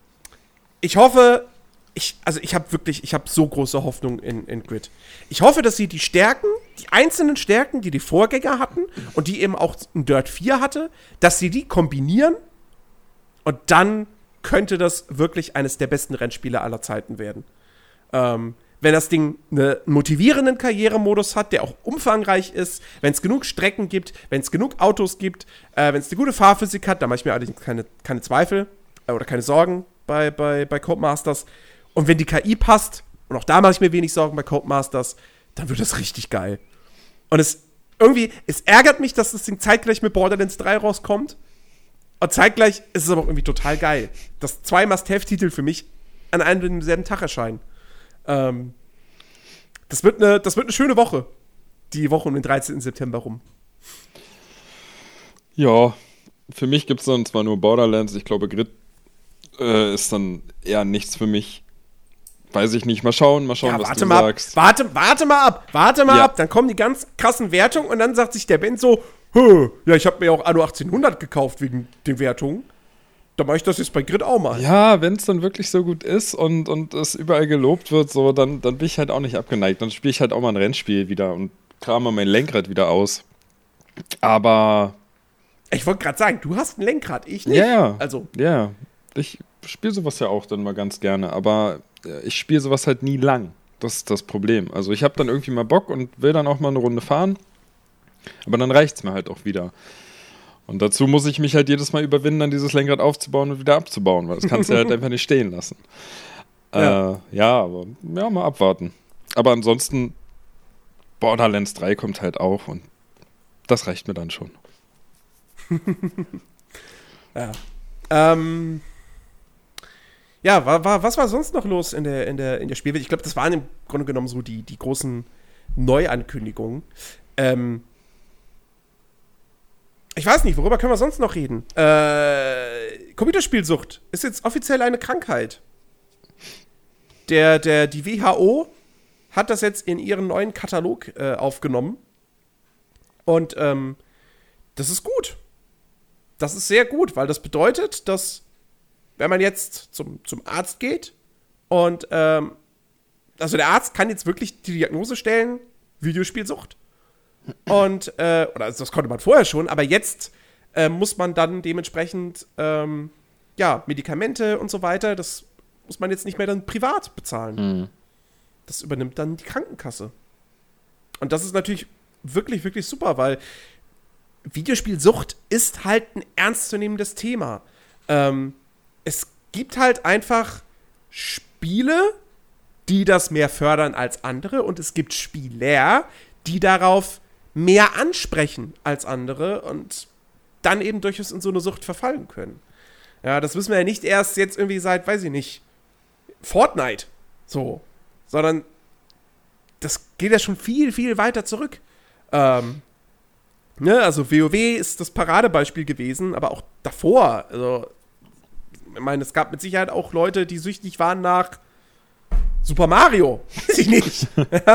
ich hoffe, ich, also ich habe wirklich, ich habe so große Hoffnung in, in Grid. Ich hoffe, dass sie die Stärken, die einzelnen Stärken, die die Vorgänger hatten und die eben auch ein Dirt vier hatte, dass sie die kombinieren und dann könnte das wirklich eines der besten Rennspiele aller Zeiten werden. Ähm, wenn das Ding einen motivierenden Karrieremodus hat, der auch umfangreich ist, wenn es genug Strecken gibt, wenn es genug Autos gibt, äh, wenn es eine gute Fahrphysik hat, da mache ich mir allerdings keine, keine Zweifel äh, oder keine Sorgen bei, bei, bei Codemasters. Und wenn die K I passt, und auch da mache ich mir wenig Sorgen bei Codemasters, dann wird das richtig geil. Und es irgendwie, es ärgert mich, dass das Ding zeitgleich mit Borderlands drei rauskommt. Und zeitgleich ist es aber auch irgendwie total geil, dass zwei Must-Have-Titel für mich an einem und demselben Tag erscheinen. Ähm, das wird eine, das wird eine schöne Woche. Die Woche um den dreizehnten September rum. Ja, für mich gibt es dann zwar nur Borderlands, ich glaube, Grid äh, ist dann eher nichts für mich. weiß ich nicht. Mal schauen, mal schauen, Ja, was warte du mal sagst. Ab, warte, warte mal ab, warte mal Ja. ab. Dann kommen die ganz krassen Wertungen und dann sagt sich der Ben so, Hö, ja, ich habe mir auch Anno achtzehnhundert gekauft wegen den Wertungen. Da mache ich das jetzt bei Grid auch mal. Ja, wenn es dann wirklich so gut ist und, und es überall gelobt wird, so, dann, dann bin ich halt auch nicht abgeneigt. Dann spiele ich halt auch mal ein Rennspiel wieder und krame mein Lenkrad wieder aus. Aber Ich wollte gerade sagen, du hast ein Lenkrad, ich nicht. ja, ja. Also, Ja, ich spiele sowas ja auch dann mal ganz gerne, aber äh, ich spiele sowas halt nie lang. Das ist das Problem. Also ich habe dann irgendwie mal Bock und will dann auch mal eine Runde fahren, aber dann reicht es mir halt auch wieder. Und dazu muss ich mich halt jedes Mal überwinden, dann dieses Lenkrad aufzubauen und wieder abzubauen, weil das kannst du halt einfach nicht stehen lassen. Ja. Äh, ja, aber ja, mal abwarten. Aber ansonsten, Borderlands drei kommt halt auch und das reicht mir dann schon. ja. Ähm, ja, war, war, was war sonst noch los in der, in der, in der Spielwelt? Ich glaube, das waren im Grunde genommen so die, die großen Neuankündigungen. Ähm, ich weiß nicht, worüber können wir sonst noch reden? Äh, Computerspielsucht ist jetzt offiziell eine Krankheit. Der, der, die W H O hat das jetzt in ihren neuen Katalog äh, aufgenommen. Und ähm, das ist gut. Das ist sehr gut, weil das bedeutet, dass, wenn man jetzt zum, zum Arzt geht und, ähm, also der Arzt kann jetzt wirklich die Diagnose stellen, Videospielsucht. Und, äh, oder also das konnte man vorher schon, aber jetzt äh, muss man dann dementsprechend, ähm, ja, Medikamente und so weiter, das muss man jetzt nicht mehr dann privat bezahlen. Mhm. Das übernimmt dann die Krankenkasse. Und das ist natürlich wirklich, wirklich super, weil Videospielsucht ist halt ein ernstzunehmendes Thema. Ähm, es gibt halt einfach Spiele, die das mehr fördern als andere und es gibt Spieler, die darauf mehr ansprechen als andere und dann eben durchaus in so eine Sucht verfallen können. Ja, das wissen wir ja nicht erst jetzt irgendwie seit, weiß ich nicht, Fortnite, so, sondern das geht ja schon viel, viel weiter zurück. Ähm, ne, also WoW ist das Paradebeispiel gewesen, aber auch davor, also, ich meine, es gab mit Sicherheit auch Leute, die süchtig waren nach Super Mario. Weiß ich nicht.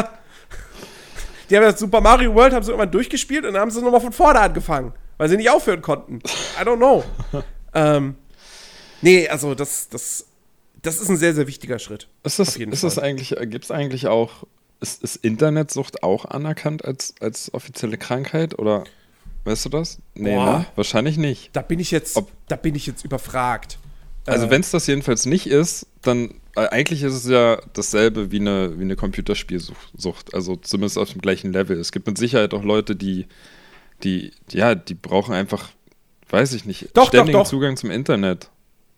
Die haben das Super Mario World, haben sie irgendwann durchgespielt und dann haben sie nochmal von vorne angefangen, weil sie nicht aufhören konnten. I don't know. ähm, nee, also das, das, das ist ein sehr, sehr wichtiger Schritt. Ist das, auf jeden ist Fall. das eigentlich, gibt es eigentlich auch, ist, ist Internetsucht auch anerkannt als, als offizielle Krankheit oder weißt du das? Nee, Boah. ne? Wahrscheinlich nicht. Da bin ich jetzt, Ob- da bin ich jetzt überfragt. Also Äh, wenn es das jedenfalls nicht ist, dann äh, eigentlich ist es ja dasselbe wie eine, wie eine Computerspielsucht, also zumindest auf dem gleichen Level. Es gibt mit Sicherheit auch Leute, die, die, ja, die brauchen einfach, weiß ich nicht, Doch, ständigen doch, doch. Zugang zum Internet.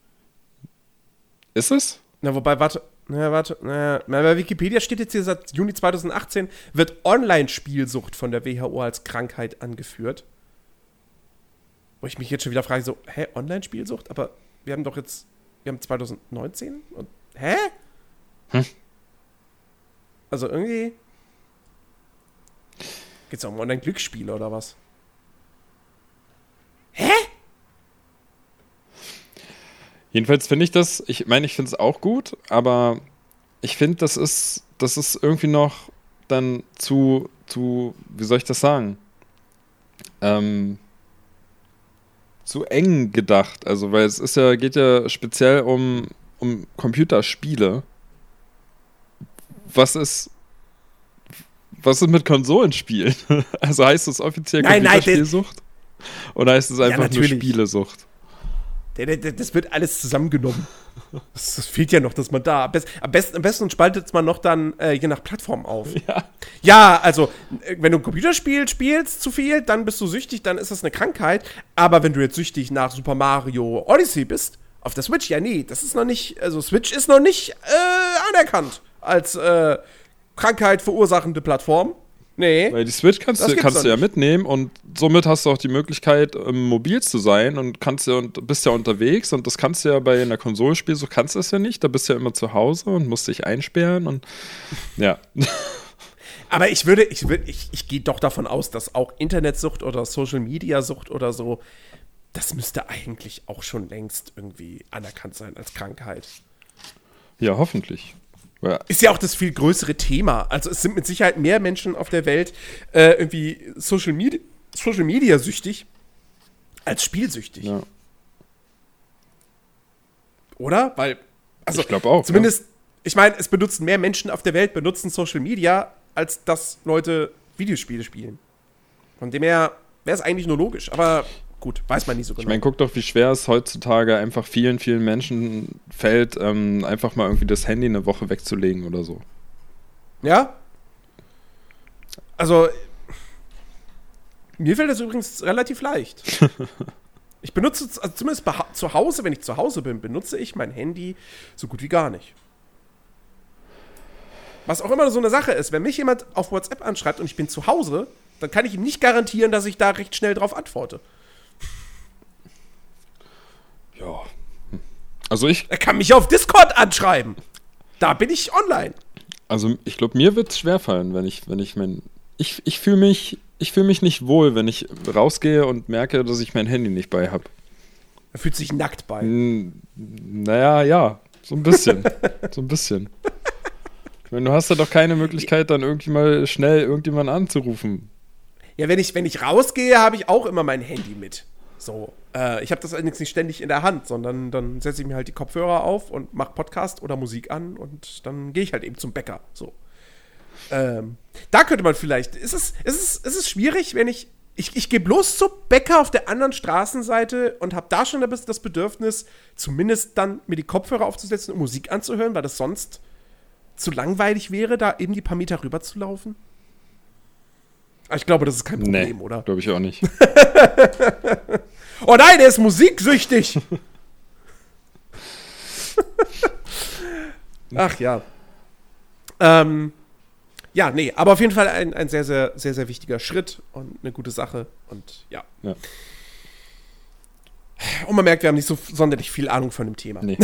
Ist es? Na, wobei, warte, na, warte, na, na, bei Wikipedia steht jetzt hier seit Juni zweitausendachtzehn, wird Online-Spielsucht von der W H O als Krankheit angeführt. Wo ich mich jetzt schon wieder frage, so, hä, Online-Spielsucht? Aber wir haben doch jetzt, wir haben zweitausendneunzehn und, hä? Hm. Also irgendwie geht's auch um Online-Glücksspiele oder was? Hä? Jedenfalls finde ich das, ich meine, ich finde es auch gut, aber ich finde, das ist, das ist irgendwie noch dann zu, zu, wie soll ich das sagen? Ähm, zu eng gedacht. Also, weil es ist ja, geht ja speziell um, um Computerspiele. Was ist, was ist mit Konsolenspielen? Also heißt es offiziell Nein, nein, das- Computerspielsucht? Oder heißt es einfach nur natürlich. Spielesucht? Der, der, der, das wird alles zusammengenommen. Das, das fehlt ja noch, dass man da. Am besten, am besten, am besten spaltet man noch dann äh, je nach Plattform auf. Ja. Ja, also, äh, wenn du ein Computerspiel spielst zu viel, dann bist du süchtig, dann ist das eine Krankheit. Aber wenn du jetzt süchtig nach Super Mario Odyssey bist, auf der Switch, ja, nee, das ist noch nicht. Also, Switch ist noch nicht äh, anerkannt als äh, Krankheit verursachende Plattform. Nee. Weil die Switch kannst, Das du, gibt's kannst doch du ja nicht. mitnehmen und somit hast du auch die Möglichkeit, ähm, mobil zu sein und kannst ja und bist ja unterwegs und das kannst du ja bei einer Konsolenspiel, so kannst du es ja nicht, da bist du ja immer zu Hause und musst dich einsperren und ja. Aber ich würde, ich würde, ich, ich gehe doch davon aus, dass auch Internetsucht oder Social-Media-Sucht oder so, das müsste eigentlich auch schon längst irgendwie anerkannt sein als Krankheit. Ja, hoffentlich. Ja. Ist ja auch das viel größere Thema. Also es sind mit Sicherheit mehr Menschen auf der Welt äh, irgendwie Social Media, Social Media süchtig als spielsüchtig. Ja. Oder? Weil, also ich glaube auch. Zumindest, ja. Ich meine, es benutzen mehr Menschen auf der Welt, benutzen Social Media, als dass Leute Videospiele spielen. Von dem her wäre es eigentlich nur logisch. Aber gut, weiß man nicht so genau. Ich meine, guck doch, wie schwer es heutzutage einfach vielen, vielen Menschen fällt, ähm, einfach mal irgendwie das Handy eine Woche wegzulegen oder so. Ja? Also, mir fällt das übrigens relativ leicht. Ich benutze, also zumindest zu Hause, wenn ich zu Hause bin, benutze ich mein Handy so gut wie gar nicht. Was auch immer so eine Sache ist, wenn mich jemand auf WhatsApp anschreibt und ich bin zu Hause, dann kann ich ihm nicht garantieren, dass ich da recht schnell drauf antworte. Ja. Also ich... Er kann mich auf Discord anschreiben. Da bin ich online. Also ich glaube, mir wird es schwerfallen, wenn ich, wenn ich mein... Ich, ich fühle mich, ich fühl mich nicht wohl, wenn ich rausgehe und merke, dass ich mein Handy nicht bei habe. Er fühlt sich nackt bei. N- naja, ja. So ein bisschen. so ein bisschen. Ich meine, du hast ja doch keine Möglichkeit, dann irgendwie mal schnell irgendjemanden anzurufen. Ja, wenn ich, wenn ich rausgehe, habe ich auch immer mein Handy mit. So, äh, ich habe das allerdings nicht ständig in der Hand, sondern dann setze ich mir halt die Kopfhörer auf und mache Podcast oder Musik an und dann gehe ich halt eben zum Bäcker. So. Ähm, da könnte man vielleicht, ist es, ist es, ist es schwierig, wenn ich, ich, ich gehe bloß zum Bäcker auf der anderen Straßenseite und habe da schon das Bedürfnis, zumindest dann mir die Kopfhörer aufzusetzen und Musik anzuhören, weil das sonst zu langweilig wäre, da eben die paar Meter rüber zu laufen? Aber ich glaube, das ist kein Problem, nee, oder? Glaube ich auch nicht. Oh nein, der ist musiksüchtig! Ach ja. Ähm, ja, nee, aber auf jeden Fall ein, ein sehr, sehr, sehr, sehr wichtiger Schritt und eine gute Sache. Und ja. ja. Und man merkt, wir haben nicht so sonderlich viel Ahnung von dem Thema. Nee.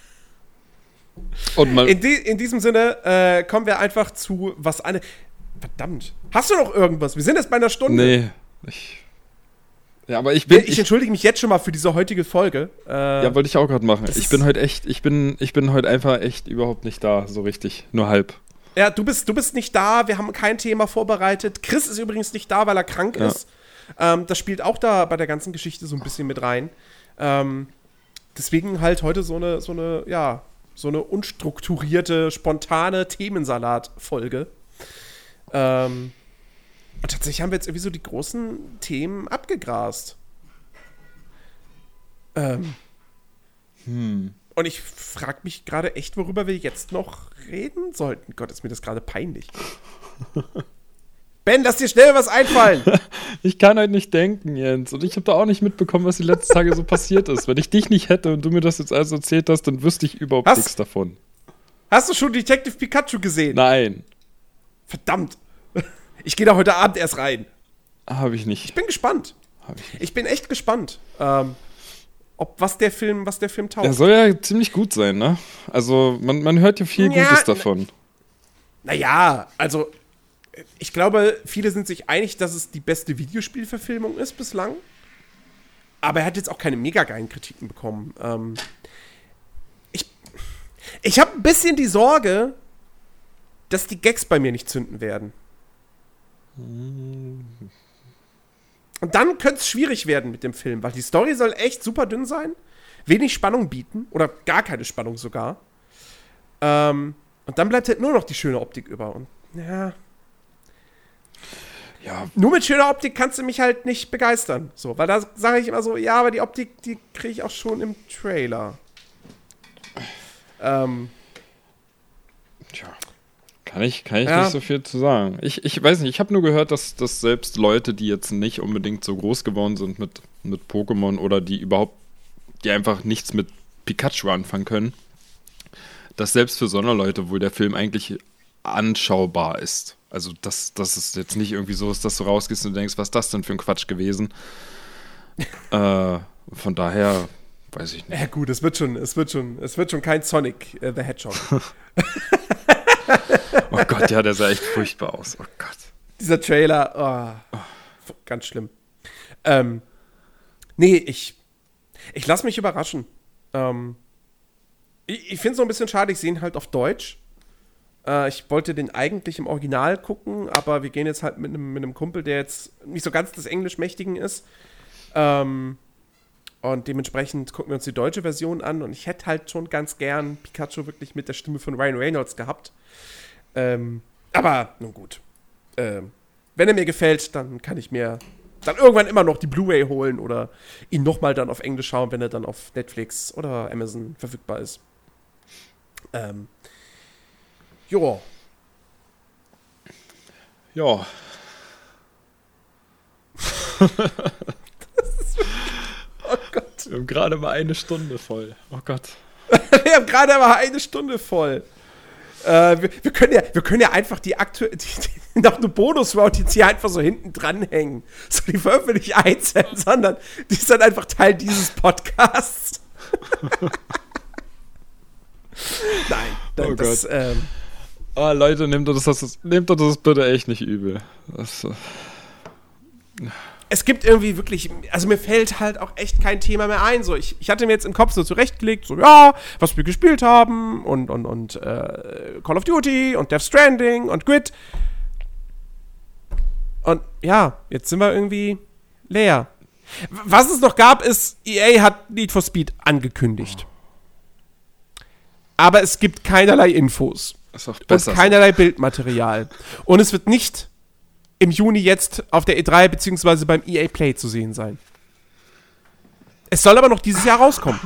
Und mal in, die, in diesem Sinne äh, kommen wir einfach zu was eine. Verdammt. Hast du noch irgendwas? Wir sind jetzt bei einer Stunde. Nee. Ich, ja, aber ich bin. Ich, ich entschuldige mich jetzt schon mal für diese heutige Folge. Äh, ja, wollte ich auch gerade machen. Ich bin heute echt, ich bin, ich bin heute einfach echt überhaupt nicht da, so richtig. Nur halb. Ja, du bist, du bist nicht da, wir haben kein Thema vorbereitet. Chris ist übrigens nicht da, weil er krank ja. ist. Ähm, das spielt auch da bei der ganzen Geschichte so ein bisschen mit rein. Ähm, deswegen halt heute so eine, so eine, ja, so eine unstrukturierte, spontane Themensalat-Folge. Ähm, und tatsächlich haben wir jetzt irgendwie so die großen Themen abgegrast. Ähm. Hm. Und ich frage mich gerade echt, worüber wir jetzt noch reden sollten. Gott, ist mir das gerade peinlich. Ben, lass dir schnell was einfallen. Ich kann halt nicht denken, Jens. Und ich habe da auch nicht mitbekommen, was die letzten Tage so passiert ist. Wenn ich dich nicht hätte und du mir das jetzt alles erzählt hast, dann wüsste ich überhaupt hast, nichts davon. Hast du schon Detective Pikachu gesehen? Nein. Verdammt. Ich gehe da heute Abend erst rein. Habe ich nicht. Ich bin gespannt. Hab ich nicht. Ich bin echt gespannt. Ähm, ob was der Film, was der Film taugt. Er soll ja ziemlich gut sein, ne? Also man, man hört ja viel ja, Gutes davon. Naja, also ich glaube, viele sind sich einig, dass es die beste Videospielverfilmung ist bislang. Aber er hat jetzt auch keine mega geilen Kritiken bekommen. Ähm, ich ich habe ein bisschen die Sorge, dass die Gags bei mir nicht zünden werden. Und dann könnte es schwierig werden mit dem Film, weil die Story soll echt super dünn sein, wenig Spannung bieten oder gar keine Spannung sogar. Ähm, und dann bleibt halt nur noch die schöne Optik über. Und ja, Ja. Nur mit schöner Optik kannst du mich halt nicht begeistern. So, weil da sage ich immer so, ja, aber die Optik, die kriege ich auch schon im Trailer. Ähm. Tja. Kann ich, kann ich Ja. nicht so viel zu sagen. Ich, ich weiß nicht, ich habe nur gehört, dass, dass selbst Leute, die jetzt nicht unbedingt so groß geworden sind mit, mit Pokémon oder die überhaupt, die einfach nichts mit Pikachu anfangen können, dass selbst für so eine Leute wohl der Film eigentlich anschaubar ist. Also, dass, dass es jetzt nicht irgendwie so ist, dass du rausgehst und denkst, was ist das denn für ein Quatsch gewesen? äh, von daher, weiß ich nicht. Ja gut, es wird schon, es wird schon, es wird schon kein Sonic äh, the Hedgehog. Oh Gott, ja, der sah echt furchtbar aus. Oh Gott. Dieser Trailer, oh, ganz schlimm. Ähm, nee, ich, ich lasse mich überraschen. Ähm, ich ich finde es so ein bisschen schade, ich sehe ihn halt auf Deutsch. Äh, ich wollte den eigentlich im Original gucken, aber wir gehen jetzt halt mit einem mit einem Kumpel, der jetzt nicht so ganz des Englischmächtigen ist. Ähm, und dementsprechend gucken wir uns die deutsche Version an. Und ich hätte halt schon ganz gern Pikachu wirklich mit der Stimme von Ryan Reynolds gehabt. Ähm, aber nun gut. Ähm, wenn er mir gefällt, dann kann ich mir dann irgendwann immer noch die Blu-ray holen oder ihn nochmal dann auf Englisch schauen, wenn er dann auf Netflix oder Amazon verfügbar ist. Ähm, jo. Ja. Das ist wirklich, oh Gott. Wir haben gerade mal eine Stunde voll. Oh Gott. Wir haben gerade mal eine Stunde voll. Äh, wir, wir, können ja, wir können ja einfach die aktuelle, noch eine Bonus-Round jetzt hier einfach so hinten dranhängen. So, die wollen wir nicht einzeln, sondern die ist dann einfach Teil dieses Podcasts. Nein, Oh das, Gott. Ähm, Oh, Leute, nehmt euch das, das, nehmt euch das bitte echt nicht übel. Das, äh, es gibt irgendwie wirklich, also mir fällt halt auch echt kein Thema mehr ein. So, ich, ich hatte mir jetzt im Kopf so zurechtgelegt, so, ja, was wir gespielt haben und, und, und äh, Call of Duty und Death Stranding und Grid. Und ja, jetzt sind wir irgendwie leer. Was es noch gab, ist, E A hat Need for Speed angekündigt. Aber es gibt keinerlei Infos. ist auch Und besser. keinerlei Bildmaterial. Und es wird nicht im Juni jetzt auf der E drei beziehungsweise beim E A Play zu sehen sein. Es soll aber noch dieses Jahr rauskommen.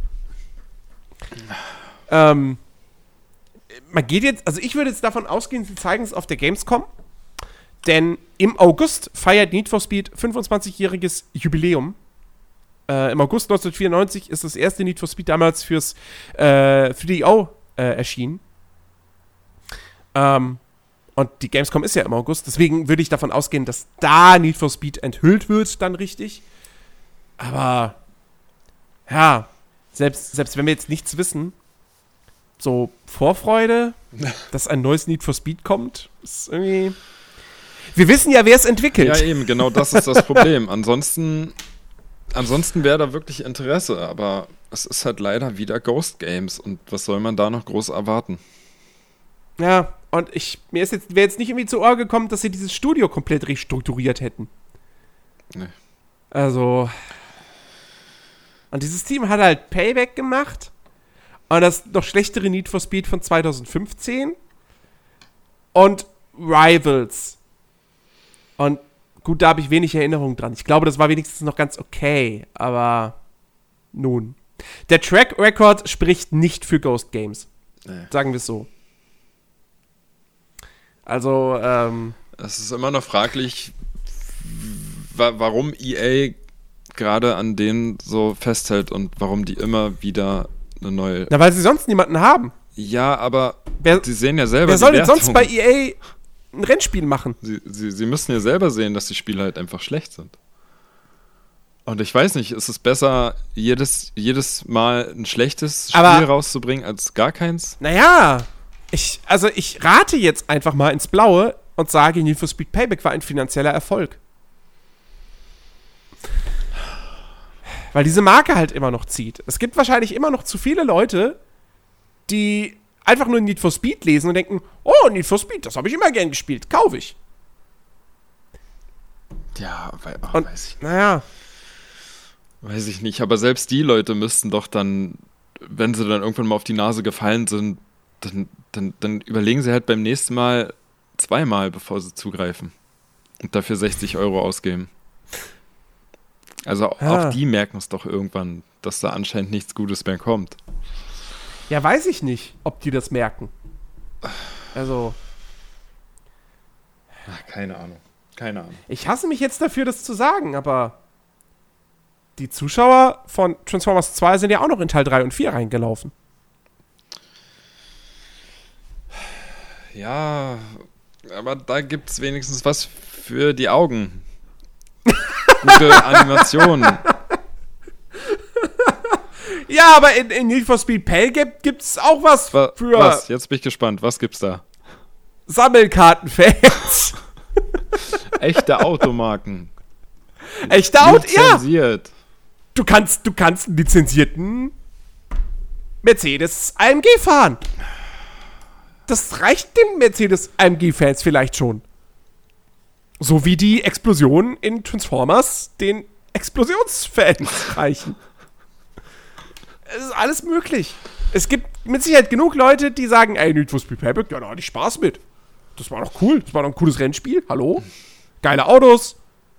ähm, man geht jetzt, also ich würde jetzt davon ausgehen, sie zeigen es auf der Gamescom, denn im August feiert Need for Speed fünfundzwanzigjähriges Jubiläum. Äh, Im August neunzehnhundertvierundneunzig ist das erste Need for Speed damals fürs äh, für die E O äh, erschienen. Ähm, und die Gamescom ist ja im August, deswegen würde ich davon ausgehen, dass da Need for Speed enthüllt wird, dann richtig. Aber ja, selbst, selbst wenn wir jetzt nichts wissen, so Vorfreude, dass ein neues Need for Speed kommt, ist irgendwie. Wir wissen ja, wer es entwickelt. Ja, eben, genau das ist das Problem. Ansonsten, ansonsten wäre da wirklich Interesse, aber es ist halt leider wieder Ghost Games und was soll man da noch groß erwarten? Ja, und ich, mir ist jetzt, wäre jetzt nicht irgendwie zu Ohr gekommen, dass sie dieses Studio komplett restrukturiert hätten. Nee. Also. Und dieses Team hat halt Payback gemacht und das noch schlechtere Need for Speed von zweitausendfünfzehn und Rivals. Und gut, da habe ich wenig Erinnerung dran. Ich glaube, das war wenigstens noch ganz okay, aber nun. Der Track Record spricht nicht für Ghost Games. Nee. Sagen wir es so. Also, ähm. Es ist immer noch fraglich, wa- warum E A gerade an denen so festhält und warum die immer wieder eine neue. Na, weil sie sonst niemanden haben. Ja, aber Wer, sie sehen ja selber. wer soll die denn sonst Wertung. bei E A ein Rennspiel machen? Sie, sie, sie müssen ja selber sehen, dass die Spiele halt einfach schlecht sind. Und ich weiß nicht, ist es besser, jedes, jedes Mal ein schlechtes Spiel Aber- rauszubringen, als gar keins? Naja, ich, also ich rate jetzt einfach mal ins Blaue und sage, Need for Speed Payback war ein finanzieller Erfolg. Weil diese Marke halt immer noch zieht. Es gibt wahrscheinlich immer noch zu viele Leute, die einfach nur Need for Speed lesen und denken, oh, Need for Speed, das habe ich immer gern gespielt, kaufe ich. Ja, weil, oh, Und, weiß ich naja, Weiß ich nicht, aber selbst die Leute müssten doch dann, wenn sie dann irgendwann mal auf die Nase gefallen sind, dann, dann, dann überlegen sie halt beim nächsten Mal zweimal, bevor sie zugreifen. Und dafür sechzig Euro ausgeben. Also Ah. auch die merken es doch irgendwann, dass da anscheinend nichts Gutes mehr kommt. ja, weiß ich nicht, ob die das merken. Also, Ach, keine Ahnung. Keine Ahnung. ich hasse mich jetzt dafür, das zu sagen, aber die Zuschauer von Transformers zwei sind ja auch noch in Teil drei und vier reingelaufen. Ja, aber da gibt es wenigstens was für die Augen. Gute Animationen. Ja, aber in, in Need for Speed Payback gibt es auch was Wa- für Was? Jetzt bin ich gespannt. Was gibt's da? Sammelkartenfans. Echte Automarken. Echte Auto, ja. Lizenziert. Du kannst, du kannst einen lizenzierten Mercedes A M G fahren. das reicht den Mercedes-A M G-Fans vielleicht schon. So wie die Explosionen in Transformers den Explosionsfans reichen. Es ist alles möglich. Es gibt mit Sicherheit genug Leute, die sagen, ey, Need for Speed Payback, ja, da hatte ich Spaß mit. Das war doch cool. Das war doch ein cooles Rennspiel. Hallo? Geile Autos.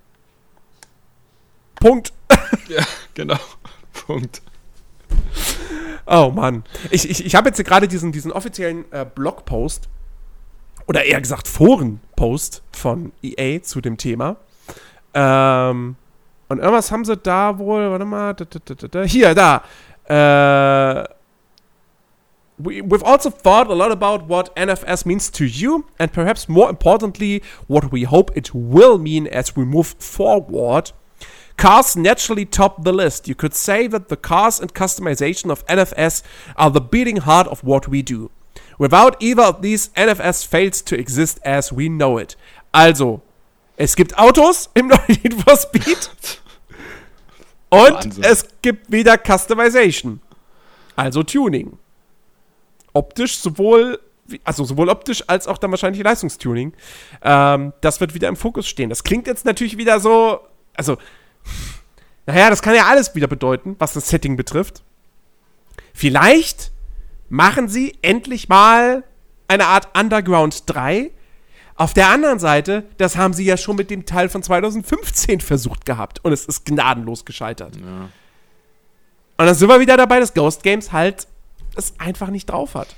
Punkt. Ja, genau. Punkt. Oh Mann. Ich, ich, ich habe jetzt gerade diesen, diesen offiziellen äh, Blogpost oder eher gesagt Forenpost von E A zu dem Thema. Ähm, und irgendwas haben sie da wohl, warte mal, da, da, da, da, hier, da. Äh, we, we've also thought a lot about what N F S means to you and perhaps more importantly, what we hope it will mean as we move forward. Cars naturally top the list. You could say that the cars and customization of N F S are the beating heart of what we do. Without either of these, N F S fails to exist as we know it. Also, es gibt Autos im neuen Need for Speed und Wahnsinn. Es gibt wieder Customization. Also Tuning. Optisch sowohl, also sowohl optisch als auch dann wahrscheinlich Leistungstuning. Ähm, das wird wieder im Fokus stehen. Das klingt jetzt natürlich wieder so, also naja, das kann ja alles wieder bedeuten, was das Setting betrifft. Vielleicht machen sie endlich mal eine Art Underground drei. Auf der anderen Seite, das haben sie ja schon mit dem Teil von zwanzig fünfzehn versucht gehabt und es ist gnadenlos gescheitert. Ja. Und dann sind wir wieder dabei, dass Ghost Games halt es einfach nicht drauf hat.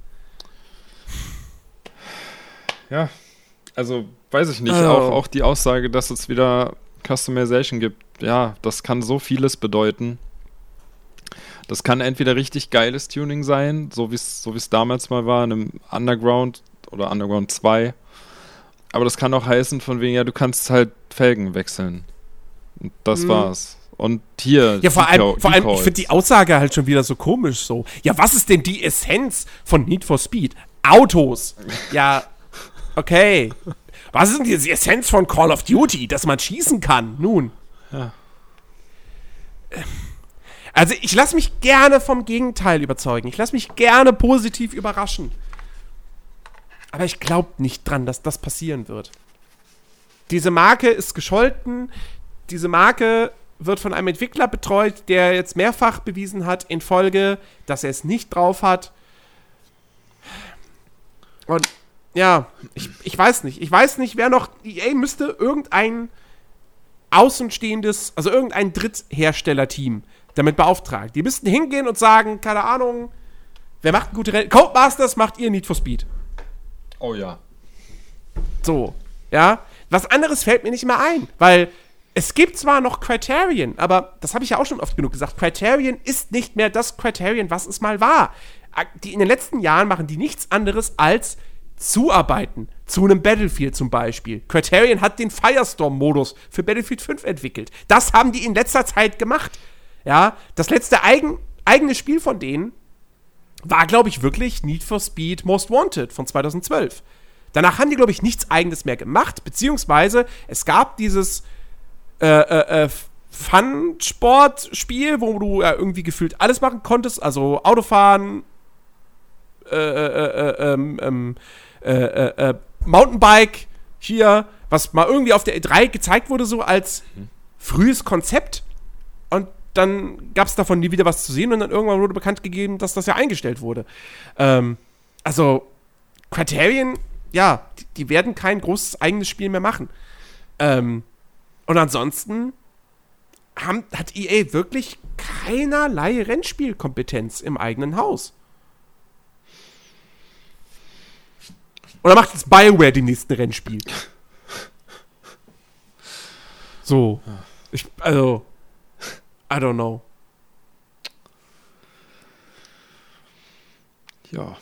Ja, also weiß ich nicht. Oh. Auch, auch die Aussage, dass es wieder Customization gibt, ja, das kann so vieles bedeuten. Das kann entweder richtig geiles Tuning sein, so wie es so wie es damals mal war in einem Underground oder Underground zwei. Aber das kann auch heißen von wegen, ja, du kannst halt Felgen wechseln. Und das mhm. war's. Und hier, ja, vor allem, vor allem ich finde die Aussage halt schon wieder so komisch so. Ja, was ist denn die Essenz von Need for Speed? Autos. Ja, okay. Was ist denn die Essenz von Call of Duty? Dass man schießen kann. Nun. Ja. Also ich lasse mich gerne vom Gegenteil überzeugen. Ich lasse mich gerne positiv überraschen. Aber ich glaube nicht dran, dass das passieren wird. Diese Marke ist gescholten. Diese Marke wird von einem Entwickler betreut, der jetzt mehrfach bewiesen hat in Folge, dass er es nicht drauf hat. Und ja, ich, ich weiß nicht. Ich weiß nicht, wer noch... E A müsste irgendein außenstehendes, also irgendein Drittherstellerteam damit beauftragt. Die müssten hingehen und sagen, keine Ahnung, wer macht eine gute Rennen? Codemasters macht ihr Need for Speed. Oh ja. So, ja. Was anderes fällt mir nicht mehr ein, weil es gibt zwar noch Criterion, aber das habe ich ja auch schon oft genug gesagt, Criterion ist nicht mehr das Criterion, was es mal war. Die in den letzten Jahren machen die nichts anderes als zuarbeiten zu einem Battlefield zum Beispiel. Criterion hat den Firestorm-Modus für Battlefield fünf entwickelt. Das haben die in letzter Zeit gemacht. Ja, das letzte eigen, eigene Spiel von denen war, glaube ich, wirklich Need for Speed Most Wanted von zwanzig zwölf. Danach haben die, glaube ich, nichts Eigenes mehr gemacht, beziehungsweise es gab dieses äh, äh, äh, Fun-Sport-Spiel, wo du äh, irgendwie gefühlt alles machen konntest, also Autofahren, äh, äh, äh, äh, äh, äh, Mountainbike hier, was mal irgendwie auf der E drei gezeigt wurde, so als frühes Konzept. Und dann gab es davon nie wieder was zu sehen und dann irgendwann wurde bekannt gegeben, dass das ja eingestellt wurde. Ähm, also Criterion, ja, die, die werden kein großes eigenes Spiel mehr machen. Ähm, und ansonsten haben, hat E A wirklich keinerlei Rennspielkompetenz im eigenen Haus. Oder macht jetzt BioWare die nächsten Rennspiel? So. Ich, also, I don't know. Ja.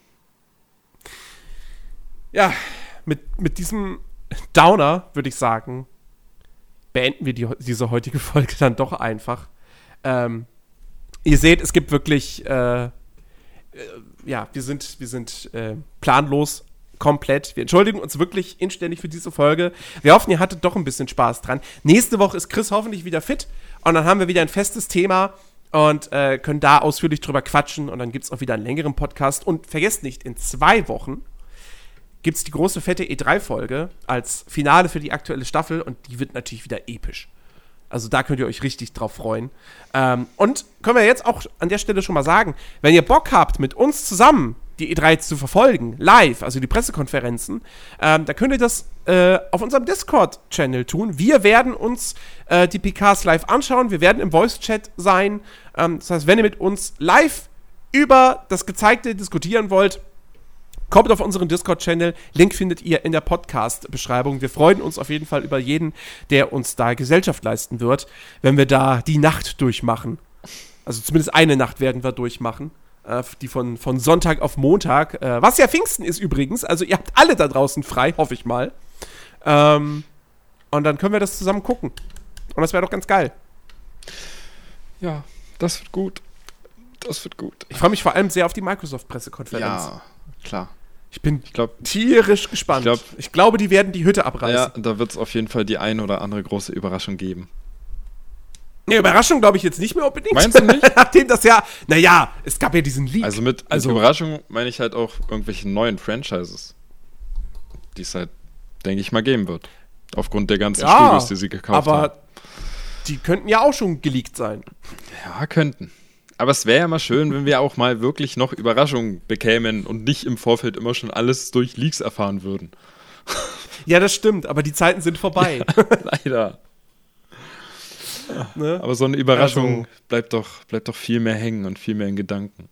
Ja, mit, mit diesem Downer, würde ich sagen, beenden wir die, diese heutige Folge dann doch einfach. Ähm, ihr seht, es gibt wirklich, äh, äh, ja, wir sind, wir sind äh, planlos komplett. Wir entschuldigen uns wirklich inständig für diese Folge. Wir hoffen, ihr hattet doch ein bisschen Spaß dran. Nächste Woche ist Chris hoffentlich wieder fit und dann haben wir wieder ein festes Thema und äh, können da ausführlich drüber quatschen und dann gibt es auch wieder einen längeren Podcast. Und vergesst nicht, in zwei Wochen gibt es die große, fette E drei Folge als Finale für die aktuelle Staffel und die wird natürlich wieder episch. Also da könnt ihr euch richtig drauf freuen. Ähm, und können wir jetzt auch an der Stelle schon mal sagen, wenn ihr Bock habt, mit uns zusammen die E drei zu verfolgen, live, also die Pressekonferenzen, ähm, da könnt ihr das äh, auf unserem Discord-Channel tun. Wir werden uns äh, die P Ks live anschauen, wir werden im Voice-Chat sein. Ähm, das heißt, wenn ihr mit uns live über das Gezeigte diskutieren wollt, kommt auf unseren Discord-Channel. Link findet ihr in der Podcast-Beschreibung. Wir freuen uns auf jeden Fall über jeden, der uns da Gesellschaft leisten wird, wenn wir da die Nacht durchmachen. Also zumindest eine Nacht werden wir durchmachen. Äh, die von, von Sonntag auf Montag. Äh, was ja Pfingsten ist übrigens. Also ihr habt alle da draußen frei, hoffe ich mal. Ähm, und dann können wir das zusammen gucken. Und das wäre doch ganz geil. Ja, das wird gut. Das wird gut. Ich freue mich vor allem sehr auf die Microsoft-Pressekonferenz. Ja, klar. Ich bin Ich glaub, tierisch gespannt. Ich, glaub, ich glaube, die werden die Hütte abreißen. Ja, da wird es auf jeden Fall die ein oder andere große Überraschung geben. Ne, Überraschung glaube ich jetzt nicht mehr unbedingt. Meinst du nicht? Nachdem das ja, naja, es gab ja diesen Leak. Also mit, also, mit Überraschung meine ich halt auch irgendwelche neuen Franchises, die es halt, denke ich mal, geben wird. Aufgrund der ganzen ja, Studios, die sie gekauft aber haben. Aber die könnten ja auch schon geleakt sein. Ja, könnten. Aber es wäre ja mal schön, wenn wir auch mal wirklich noch Überraschungen bekämen und nicht im Vorfeld immer schon alles durch Leaks erfahren würden. Ja, das stimmt, aber die Zeiten sind vorbei. Ja, leider. Ne? Aber so eine Überraschung also, bleibt doch, bleibt doch viel mehr hängen und viel mehr in Gedanken.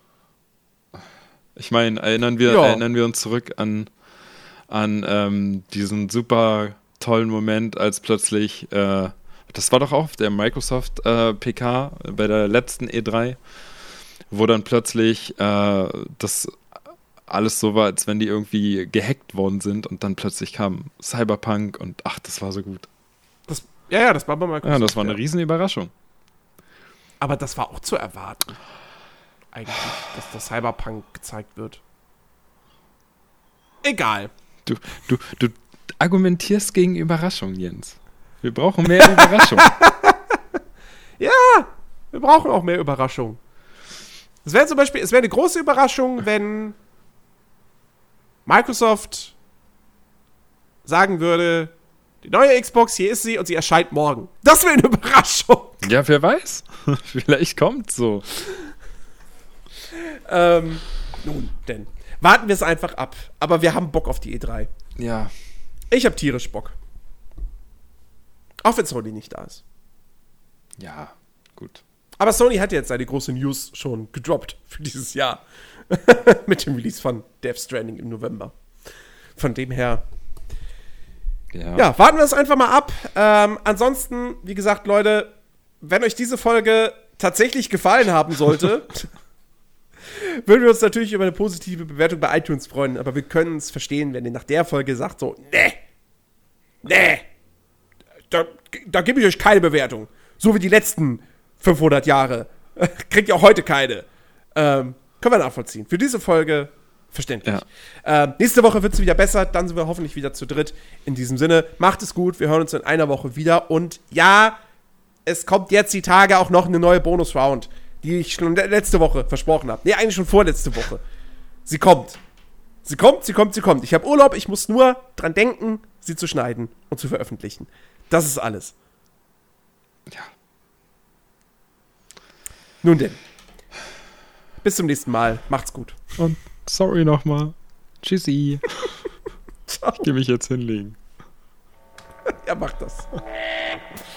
Ich meine, erinnern wir, ja. erinnern wir uns zurück an, an ähm, diesen super tollen Moment, als plötzlich äh, das war doch auch auf der Microsoft äh, P K bei der letzten E drei, wo dann plötzlich äh, das alles so war, als wenn die irgendwie gehackt worden sind und dann plötzlich kam Cyberpunk und ach, das war so gut. Das, ja, ja, das war bei Microsoft. Ja, das war eine ja. riesen Überraschung. Aber das war auch zu erwarten. Eigentlich, dass das Cyberpunk gezeigt wird. Egal. Du, du, du argumentierst gegen Überraschungen, Jens. Wir brauchen mehr Überraschung. Ja, wir brauchen auch mehr Überraschung. Es wäre zum Beispiel, es wäre eine große Überraschung, wenn Microsoft sagen würde, die neue Xbox, hier ist sie und sie erscheint morgen. Das wäre eine Überraschung. Ja, wer weiß. Vielleicht kommt's so. Ähm, nun, denn warten wir es einfach ab. Aber wir haben Bock auf die E drei. Ja. Ich habe tierisch Bock. Auch wenn Sony nicht da ist. Ja, gut. Aber Sony hat jetzt seine große News schon gedroppt für dieses Jahr. Mit dem Release von Death Stranding im November. Von dem her. Ja, ja warten wir es einfach mal ab. Ähm, ansonsten, wie gesagt, Leute, wenn euch diese Folge tatsächlich gefallen haben sollte, würden wir uns natürlich über eine positive Bewertung bei iTunes freuen. Aber wir können es verstehen, wenn ihr nach der Folge sagt so, nee, nee. Da, da gebe ich euch keine Bewertung. So wie die letzten fünfhundert Jahre. Kriegt ihr auch heute keine. Ähm, können wir nachvollziehen. Für diese Folge verständlich. Ja. Ähm, nächste Woche wird es wieder besser. Dann sind wir hoffentlich wieder zu dritt. In diesem Sinne, macht es gut. Wir hören uns in einer Woche wieder. Und ja, es kommt jetzt die Tage auch noch eine neue Bonus-Round, die ich schon letzte Woche versprochen habe. Nee, eigentlich schon vorletzte Woche. Sie kommt. Sie kommt, sie kommt, sie kommt. Ich habe Urlaub. Ich muss nur dran denken, sie zu schneiden und zu veröffentlichen. Das ist alles. Ja. Nun denn. Bis zum nächsten Mal. Macht's gut. Und sorry nochmal. Tschüssi. Ich gehe mich jetzt hinlegen. Ja, mach das.